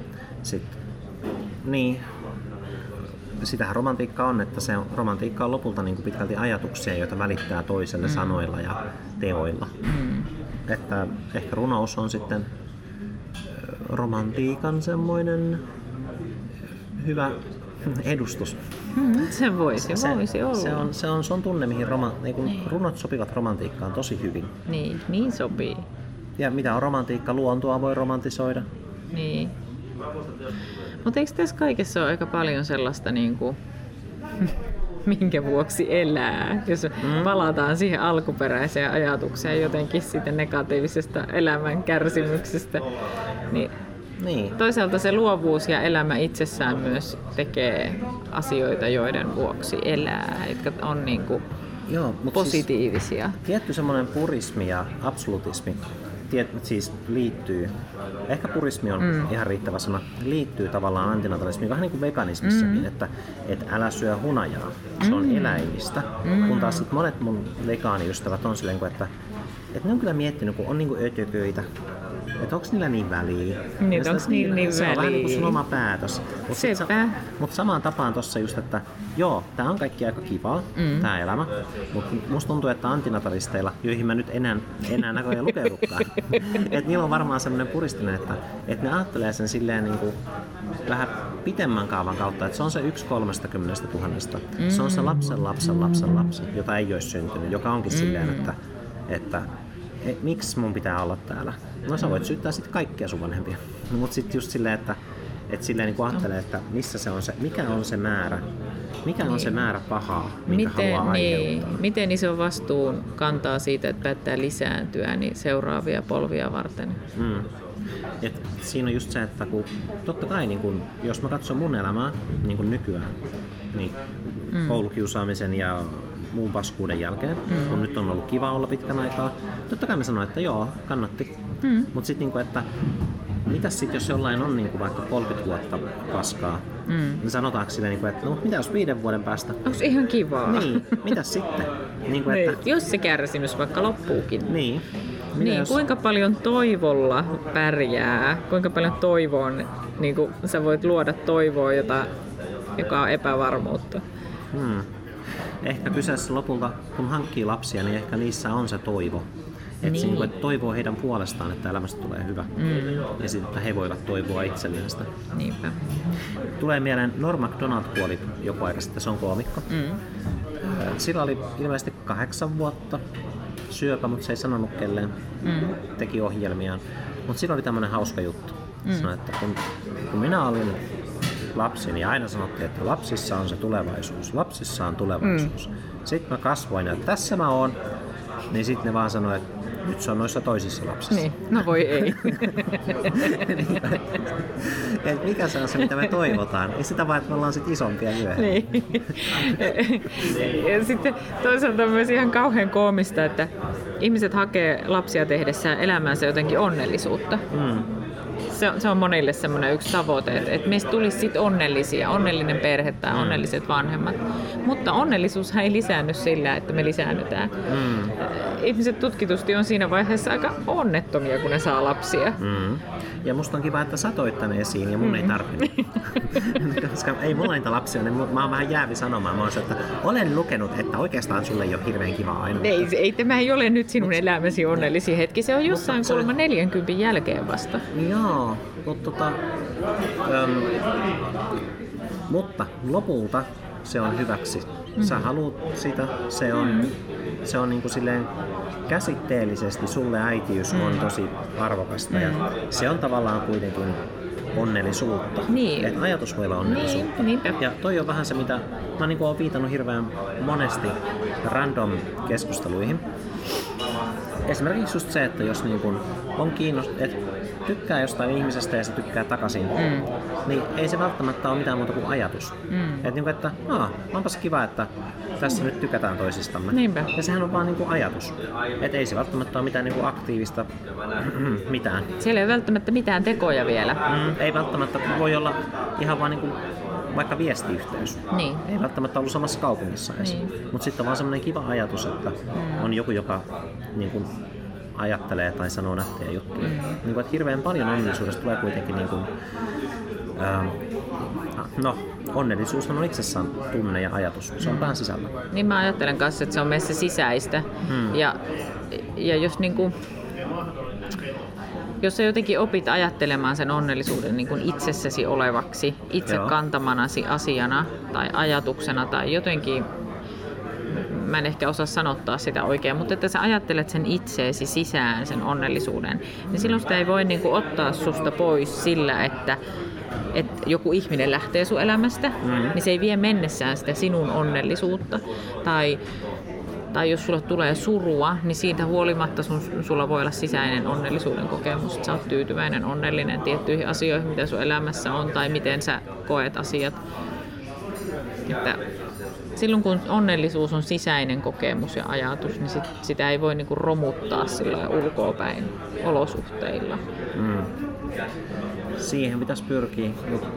S2: sitähän romantiikka on, että romantiikka on lopulta niin kuin pitkälti ajatuksia, joita välittää toiselle sanoilla ja teoilla. Että ehkä runous on sitten romantiikan semmoinen hyvä edustus.
S1: Se voisi olla.
S2: Se on tunne, mihin runot sopivat romantiikkaan tosi hyvin.
S1: Niin sopii.
S2: Ja mitä on romantiikka? Luontoa voi romantisoida.
S1: Niin. Mutta eikö tässä kaikessa ole aika paljon sellaista, niinku, minkä vuoksi elää? Jos palataan siihen alkuperäiseen ajatukseen jotenkin siitä negatiivisesta elämän kärsimyksestä, niin. Toisaalta se luovuus ja elämä itsessään myös tekee asioita, joiden vuoksi elää, jotka on niinku positiivisia.
S2: Siis tietty semmoinen purismi ja absolutismi siis liittyy, ehkä purismi on ihan riittävä sana, liittyy tavallaan antinatalismiin, vähän niin kuin veganismissakin, että älä syö hunajaa, se on eläimistä, kun taas sit monet mun vegaaniystävät on silleen, että ne on kyllä miettinyt, kun on niinku ötököitä, että onko niillä niin väliä.
S1: Niin, onko niin väliä?
S2: Se on vähän niin kuin sun oma päätös. Mutta samaan tapaan tossa just, että joo, tää on kaikki aika kivaa, tää elämä. Mutta musta tuntuu, että antinatalisteilla, joihin mä nyt enää näköjään lukeudukaan, että niillä on varmaan semmoinen puristinen, että ne ajattelee sen silleen niin kuin vähän pitemmän kaavan kautta, että se on se 1/30 000. Se on se lapsen, jota ei olisi syntynyt, joka onkin silleen, että miksi mun pitää olla täällä? No sä voit syyttää sitten kaikkia sun vanhempia. Mutta sitten just silleen, että silleen niin ajattelee, että mikä on se määrä? Mikä on se määrä pahaa, minkä haluaa aiheuttaa?
S1: Miten iso vastuun kantaa siitä, että päättää lisääntyä niin seuraavia polvia varten?
S2: Et siinä on just se, että kun, totta kai niin kun, jos mä katson mun elämää niin kun nykyään, niin koulukiusaamisen ja muun paskuuden jälkeen, kun nyt on ollut kiva olla pitkän aikaa. Totta kai mä sanoin, että joo, kannatti. Mutta sitten, niinku, että mitäs sitten, jos jollain on niinku vaikka 30 vuotta paskaa, niin sanotaanko sille, niinku, että no mitä jos 5 vuoden päästä?
S1: Onko ihan kivaa?
S2: Niin, mitäs sitten? Niinku, että
S1: jos se kärsimys vaikka loppuukin.
S2: Niin.
S1: Jos kuinka paljon toivolla pärjää, kuinka paljon toivoon, niin sä voit luoda toivoa, joka on epävarmuutta.
S2: Ehkä kyseessä lopulta, kun hankkii lapsia, niin ehkä niissä on se toivo. Että toivoo heidän puolestaan, että elämästä tulee hyvä. Ja sitten, että he voivat toivoa itselleen sitä.
S1: Niinpä.
S2: Tulee mieleen Norm Macdonald kuoli joku aika sitten, se on koomikko. Sillä oli ilmeisesti 8 vuotta syöpä, mutta se ei sanonut kelleen. Teki ohjelmiaan. Mutta sillä oli tämmöinen hauska juttu. Sanoi, että kun minä olin lapsi, niin aina sanottiin, että lapsissa on se tulevaisuus. Lapsissa on tulevaisuus. Sitten mä kasvoin, että tässä mä oon. Niin sitten ne vaan sanoi, että nyt se on noissa toisissa lapsissa.
S1: Niin, no voi ei.
S2: Et mikä se on se, mitä me toivotaan? Ei sitä vaan, että me ollaan sit isompia myöhemmin.
S1: Niin. Ja sitten toisaalta on myös ihan kauhean koomista, että ihmiset hakee lapsia tehdessään elämäänsä jotenkin onnellisuutta. Se on monille semmoinen yksi tavoite, että meistä tulisi sit onnellisia, onnellinen perhe tai onnelliset vanhemmat. Mutta onnellisuushan ei lisäänny sillä, että me lisäännytään. ihmiset tutkitusti on siinä vaiheessa aika onnettomia, kun ne saa lapsia.
S2: Ja musta on kiva, että sä toit tän esiin ja mun ei tarvinnut. Koska ei mulla niitä lapsia, niin mä oon vähän jäävi sanomaan. Mä oon että olen lukenut, että oikeastaan sulle ei ole hirveän kiva aina.
S1: Ei, tämä ei ole nyt sinun elämäsi onnellisi hetki. Se on jossain kolma 40 jälkeen vasta.
S2: Joo, mutta lopulta se on hyväksi. Sä haluut sitä, se on niinku silleen käsitteellisesti sulle äitiys on tosi arvokasta ja se on tavallaan kuitenkin onnellisuutta.
S1: Niin.
S2: Et ajatus voi olla onnellisuutta.
S1: Niin.
S2: Ja toi on vähän se, mitä mä niinku oon viitannut hirveän monesti random keskusteluihin. Esimerkiksi just se, että jos niinku on tykkää jostain ihmisestä ja se tykkää takaisin, niin ei se välttämättä ole mitään muuta kuin ajatus. Että onpas kiva, että tässä nyt tykätään toisistamme.
S1: Niinpä.
S2: Ja sehän on vaan niinku ajatus. Että ei se välttämättä ole mitään niinku aktiivista mitään.
S1: Siellä ei välttämättä mitään tekoja vielä.
S2: Ei välttämättä, voi olla ihan vaan niinku vaikka viestiyhteys.
S1: Niin.
S2: Ei välttämättä ollut samassa kaupungissa edes.
S1: Niin.
S2: Mutta sitten on vaan semmoinen kiva ajatus, että on joku, joka niinku ajattelee tai sanoo nättejä juttuja. Niin että hirveän paljon onnellisuudesta tulee kuitenkin onnellisuushan on itsessään tunne ja ajatus. Se on pään sisällä.
S1: Niin mä ajattelen kanssa, että se on meissä sisäistä. Ja jos sä jotenkin opit ajattelemaan sen onnellisuuden niin kuin itsessäsi olevaksi, itse kantamanasi asiana tai ajatuksena tai jotenkin, mä en ehkä osaa sanottaa sitä oikein, mutta että sä ajattelet sen itseesi sisään, sen onnellisuuden, niin silloin sitä ei voi niin kuin ottaa susta pois sillä, että joku ihminen lähtee sun elämästä, niin se ei vie mennessään sitä sinun onnellisuutta. Tai jos sulle tulee surua, niin siitä huolimatta sulla voi olla sisäinen onnellisuuden kokemus, että sä oot tyytyväinen, onnellinen tiettyihin asioihin, mitä sun elämässä on tai miten sä koet asiat. Että silloin kun onnellisuus on sisäinen kokemus ja ajatus, niin sitä ei voi niinku romuttaa sillä ulkoapäin olosuhteilla.
S2: Siihen pitäisi pyrkiä.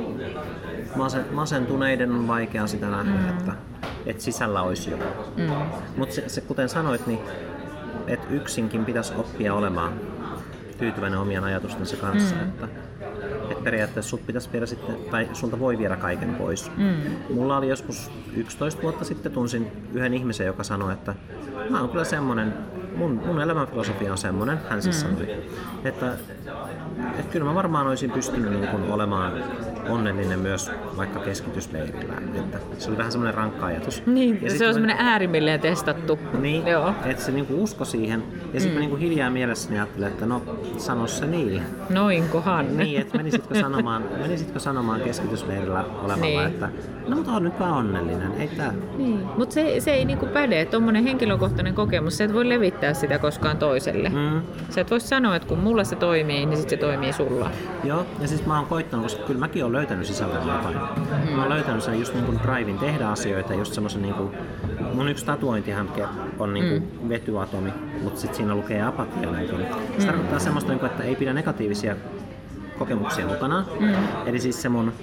S2: Masentuneiden on vaikea sitä nähdä, että sisällä olisi joku. Mutta se, kuten sanoit, niin että yksinkin pitäisi oppia olemaan tyytyväinen omien ajatustensa kanssa. Että periaatteessa sut pitäisi viedä sitten, tai sulta voi viedä kaiken pois. Mulla oli joskus 11 vuotta sitten tunsin yhden ihmisen, joka sanoi, että mä oon kyllä semmonen, mun elämänfilosofia on semmonen, hän siis sanoi, että kyllä mä varmaan olisin pystynyt niin kuin olemaan onnellinen myös vaikka keskitysleirillä. Että se oli vähän semmoinen rankka ajatus.
S1: Niin, ja se on semmoinen äärimmilleen testattu.
S2: Niin, että se niinku usko siihen. Ja sitten mä niinku hiljaa mielessäni ajattelin, että no sano se niille.
S1: Noinkohan.
S2: Niin, että menisitkö sanomaan keskitysleirillä olevalla, että no mutta on nyt vaan onnellinen. Ei tää.
S1: Niin, mutta se ei niinku päde. Tuommoinen henkilökohtainen kokemus, sä et voi levittää sitä koskaan toiselle. Sä et voi sanoa, että kun mulla se toimii, niin sit se toimii sulla. Joo,
S2: ja siis mä oon koittanut, koska kyllä mäkin oon löytänyt sisältöä jotain. Mä oon löytänyt sen just niinku drivin tehdä asioita, just semmosen niinku, mun yksi tatuointihan on niinku vetyatomi, mutta sit siinä lukee apatia. Se tarkoittaa semmoista, että ei pidä negatiivisia kokemuksia mukana. Eli siis se mun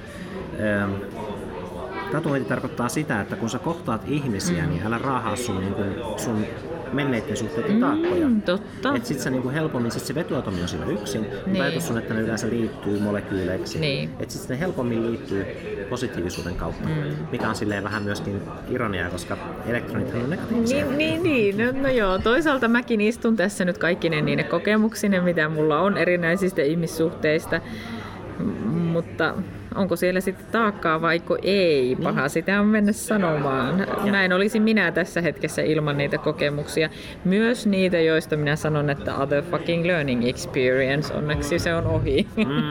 S2: tatuointi tarkoittaa sitä, että kun sä kohtaat ihmisiä, niin älä raahaa sun menneiden suhteiden taakkoja.
S1: Totta.
S2: Et sit sä niinku helpommin, sit se vetyatomi on siinä yksin, mutta ajatus on, että ne yleensä liittyy molekyyleiksi.
S1: Niin.
S2: Et sit ne helpommin liittyy positiivisuuden kautta, mikä on silleen vähän myöskin ironiaa, koska elektronithan on negatiivisia.
S1: Niin. No joo, toisaalta mäkin istun tässä nyt kaikkine niine kokemuksine, mitä mulla on erinäisistä ihmissuhteista, mutta onko siellä sitten taakkaa vaiko ei? Paha sitä on mennä sanomaan. Mä en olisi minä tässä hetkessä ilman niitä kokemuksia. Myös niitä, joista minä sanon, että other fucking learning experience. Onneksi se on ohi.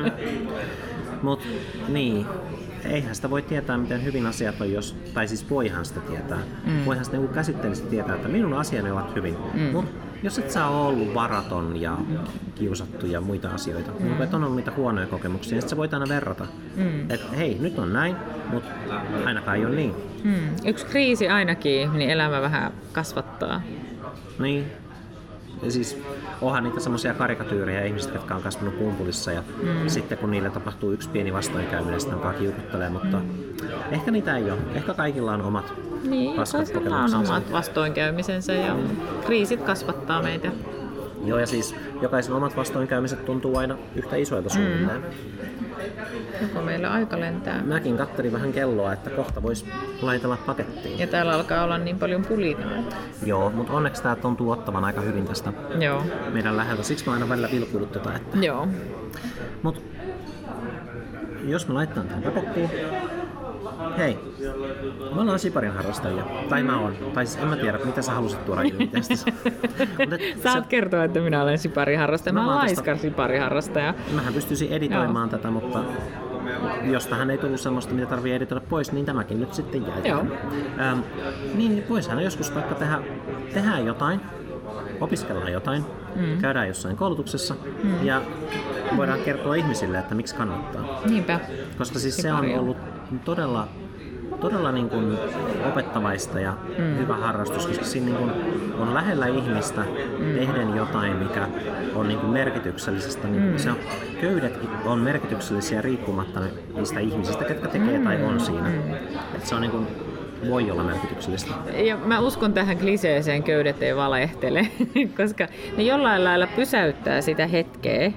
S2: Mut niin. Eihän sitä voi tietää, miten hyvin asiat on, tai siis voihan sitä tietää. Voihan sitä käsitteellisesti tietää, että minun asiani ovat hyvin. Mutta jos et sä ole ollut varaton ja kiusattu ja muita asioita, että on ollut niitä huonoja kokemuksia, niin sit sä voit aina verrata. Että hei, nyt on näin, mutta ainakaan ei ole niin.
S1: Yksi kriisi ainakin, niin elämä vähän kasvattaa.
S2: Niin. siis onhan niitä semmoisia karikatyyrejä ihmiset, jotka on kasvanut pumpulissa ja sitten kun niille tapahtuu yksi pieni vastoinkäyminen, sitten alkaa kiukuttelee, mutta ehkä niitä ei ole. Ehkä kaikilla on omat paskat kokemuksensa.
S1: On omat vastoinkäymisensä ja kriisit kasvattaa meitä.
S2: Joo, ja siis jokaisen omat vastoinkäymiset tuntuu aina yhtä isoilta suunnilleen.
S1: Joko meillä aika lentää.
S2: Mäkin kattelin vähän kelloa, että kohta vois laitella pakettiin.
S1: Ja täällä alkaa olla niin paljon pulinaa.
S2: Joo, mutta onneksi tää tuntuu ottavan aika hyvin tästä meidän läheltä. Siksi mä aina välillä vilkuilut tätä. Että...
S1: Joo.
S2: Mut jos me laitetaan tähän pakettiin... Hei, me ollaan siparin harrastajia. Tai mä oon. Tai siis en mä tiedä, mitä sä halusit tuoda ilmi tästä.
S1: Saat kertoa, että minä olen sipariharrastaja. Mä oon laiska sipariharrastaja.
S2: Mähän pystyisin editoimaan tätä, mutta jos tähän ei tullut semmoista, mitä tarvii editoida pois, niin tämäkin nyt sitten jäi. Niin voisihan joskus vaikka tehdä jotain, opiskellaan jotain, käydään jossain koulutuksessa ja voidaan kertoa ihmisille, että miksi kannattaa.
S1: Niinpä.
S2: Koska siis se on ollut todella niin kuin opettavaista ja hyvä harrastus, koska siinä niin kuin on lähellä ihmistä tehden jotain, mikä on niin kuin merkityksellisestä. Niin se on, köydet on merkityksellisiä riippumatta niistä ihmisistä, ketkä tekee tai on siinä. Et se on niin kuin, voi olla merkityksellistä.
S1: Ja mä uskon tähän kliseeseen, köydet ei valehtele, koska ne jollain lailla pysäyttää sitä hetkeä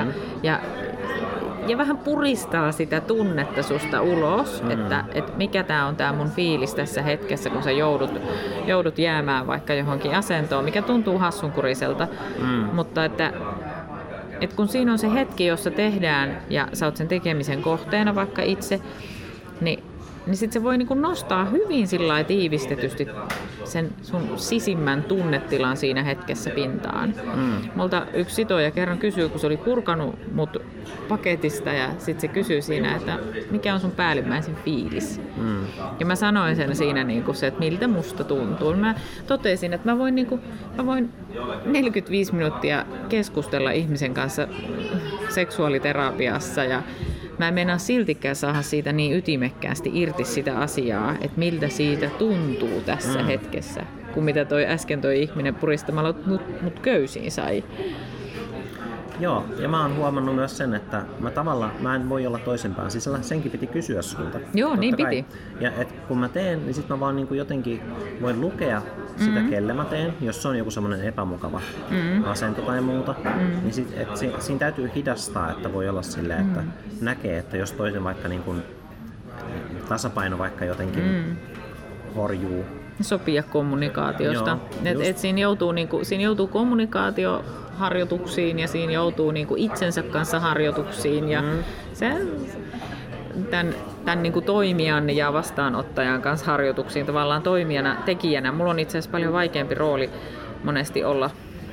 S1: ja vähän puristaa sitä tunnetta susta ulos, että mikä tää on tää mun fiilis tässä hetkessä, kun sä joudut jäämään vaikka johonkin asentoon, mikä tuntuu hassunkuriselta, mutta että kun siinä on se hetki, jossa tehdään ja sä oot sen tekemisen kohteena vaikka itse, niin sit se voi niinku nostaa hyvin sillai tiivistetysti sen sun sisimmän tunnetilan siinä hetkessä pintaan. Multa yksi sitoja kerran kysyi, kun se oli purkanut mut paketista ja sit se kysyi siinä, että mikä on sun päällimmäisen fiilis. Ja mä sanoin sen siinä niinku se, että miltä musta tuntuu. Mä totesin, että mä voin 45 minuuttia keskustella ihmisen kanssa seksuaaliterapiassa ja mä en meinaa siltikään saada siitä niin ytimekkäästi irti sitä asiaa, että miltä siitä tuntuu tässä hetkessä, kuin mitä äsken toi ihminen puristamalla mut köysiin sai.
S2: Joo, ja mä oon huomannut myös sen, että mä en voi olla toisenpäin sisällä, senkin piti kysyä sulta.
S1: Joo, niin piti.
S2: Ja kun mä teen, niin sit mä vaan niinku jotenkin voin lukea sitä, kelle mä teen, jos se on joku semmoinen epämukava asento tai muuta, niin siinä täytyy hidastaa, että voi olla silleen, että näkee, että jos toisen vaikka niinku tasapaino vaikka jotenkin horjuu.
S1: Sopia kommunikaatiosta. Siinä joutuu kommunikaatioharjoituksiin ja siinä joutuu niinku itsensä kanssa harjoituksiin ja tämän niinku toimijan ja vastaanottajan kanssa harjoituksiin tavallaan toimijana, tekijänä. Mulla on itse asiassa paljon vaikeampi rooli monesti olla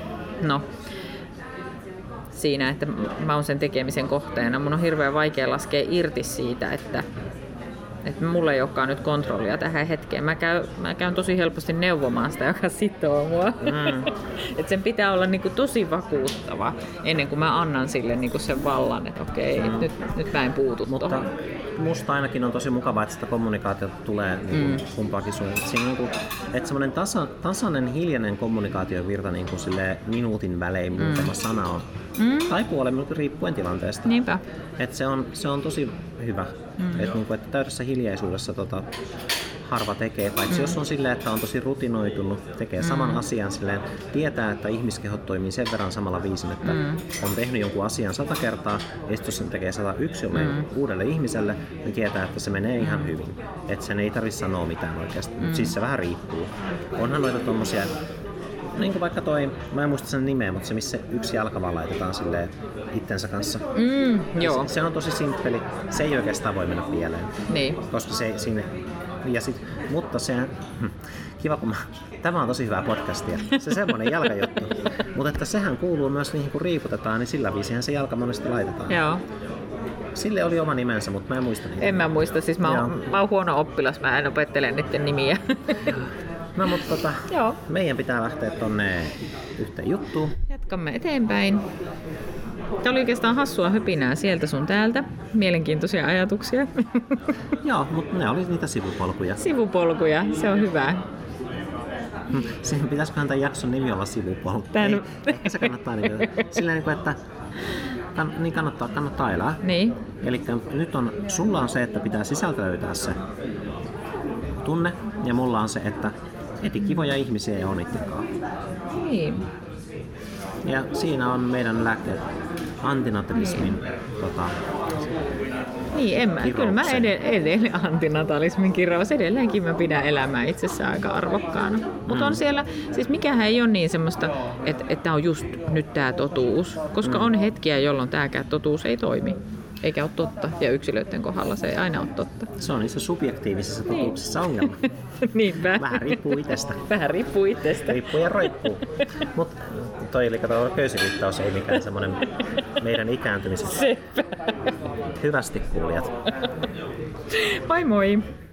S1: siinä, että mä oon sen tekemisen kohteena. Mun on hirveän vaikea laskea irti siitä, että mulla ei olekaan nyt kontrollia tähän hetkeen. Mä käyn tosi helposti neuvomaan sitä, joka sitoo mua. Et sen pitää olla niinku tosi vakuuttava ennen kuin mä annan sille niinku sen vallan, että okei, nyt mä en puutu
S2: tuohon. Musta ainakin on tosi mukavaa, että sitä kommunikaatiota tulee niinku kumpaakin suuntaan. Siinä on niinku, että semmoinen tasainen, hiljainen kommunikaatiovirta niinku minuutin välein muutama sana on. Tai puolen minuutin riippuen tilanteesta.
S1: Niinpä.
S2: Et se on tosi hyvä. Että täydessä hiljaisuudessa harva tekee, paitsi jos on silleen, että on tosi rutinoitunut, tekee saman asian silleen, tietää, että ihmiskehot toimii sen verran samalla viisin, että on tehnyt jonkun asian 100 kertaa, ja jos sen tekee 101 uudelle ihmiselle, niin tietää, että se menee ihan hyvin. Että sen ei tarvitse sanoa mitään oikeasti, mutta siis se vähän riippuu. Onhan noita tommosia, niin kuin vaikka mä en muista sen nimeä, mutta se missä yksi jalka vaan laitetaan silleen itsensä kanssa.
S1: Joo.
S2: Se on tosi simppeli, se ei oikeastaan voi mennä pieleen.
S1: Niin.
S2: Koska se sinne mutta se kiva, kun tämä on tosi hyvää podcastia, se semmoinen jalkajuttu. Mutta että sehän kuuluu myös niihin, kun riiputetaan, niin sillä viisihän se jalka monesti laitetaan.
S1: Joo.
S2: Sille oli oma nimensä, mutta mä en muista niitä.
S1: En mä muista, siis mä oon huono oppilas, mä en opettele niiden nimiä.
S2: No mutta meidän pitää lähteä tonne yhteen juttuun.
S1: Jatkamme eteenpäin. Tämä oli oikeastaan hassua höpinää sieltä sun täältä. Mielenkiintoisia ajatuksia.
S2: Joo, mutta ne oli niitä sivupolkuja.
S1: Sivupolkuja, se on hyvä.
S2: Siihen pitäisiköhän tämän jakson nimi olla sivupolku. Ehkä se kannattaa sillä että niin kannattaa elää.
S1: Niin.
S2: Eli nyt sulla on se, että pitää sisältä löytää se tunne, ja mulla on se, että eti kivoja ihmisiä ja onnittelkaa.
S1: Niin.
S2: Ja siinä on meidän lääkkeet antinatalismin
S1: niin, kyllä mä edelleen antinatalismin kirous. Edelleenkin mä pidän elämää itsessään aika arvokkaana. Mutta on siellä, siis mikähän ei ole niin semmoista, että on just nyt tää totuus. Koska on hetkiä, jolloin tääkään totuus ei toimi. Eikä ole totta. Ja yksilöiden kohdalla se ei aina ole totta.
S2: Se on niissä subjektiivisissa totuuksissa ongelma.
S1: Niinpä.
S2: Vähän riippuu itsestä.
S1: Riippuu
S2: ja roikkuu. Mutta toi eli köysiliittaus ei mikään semmoinen meidän ikääntymisessä.
S1: Sepä.
S2: Hyvästi kuulijat.
S1: Moi moi!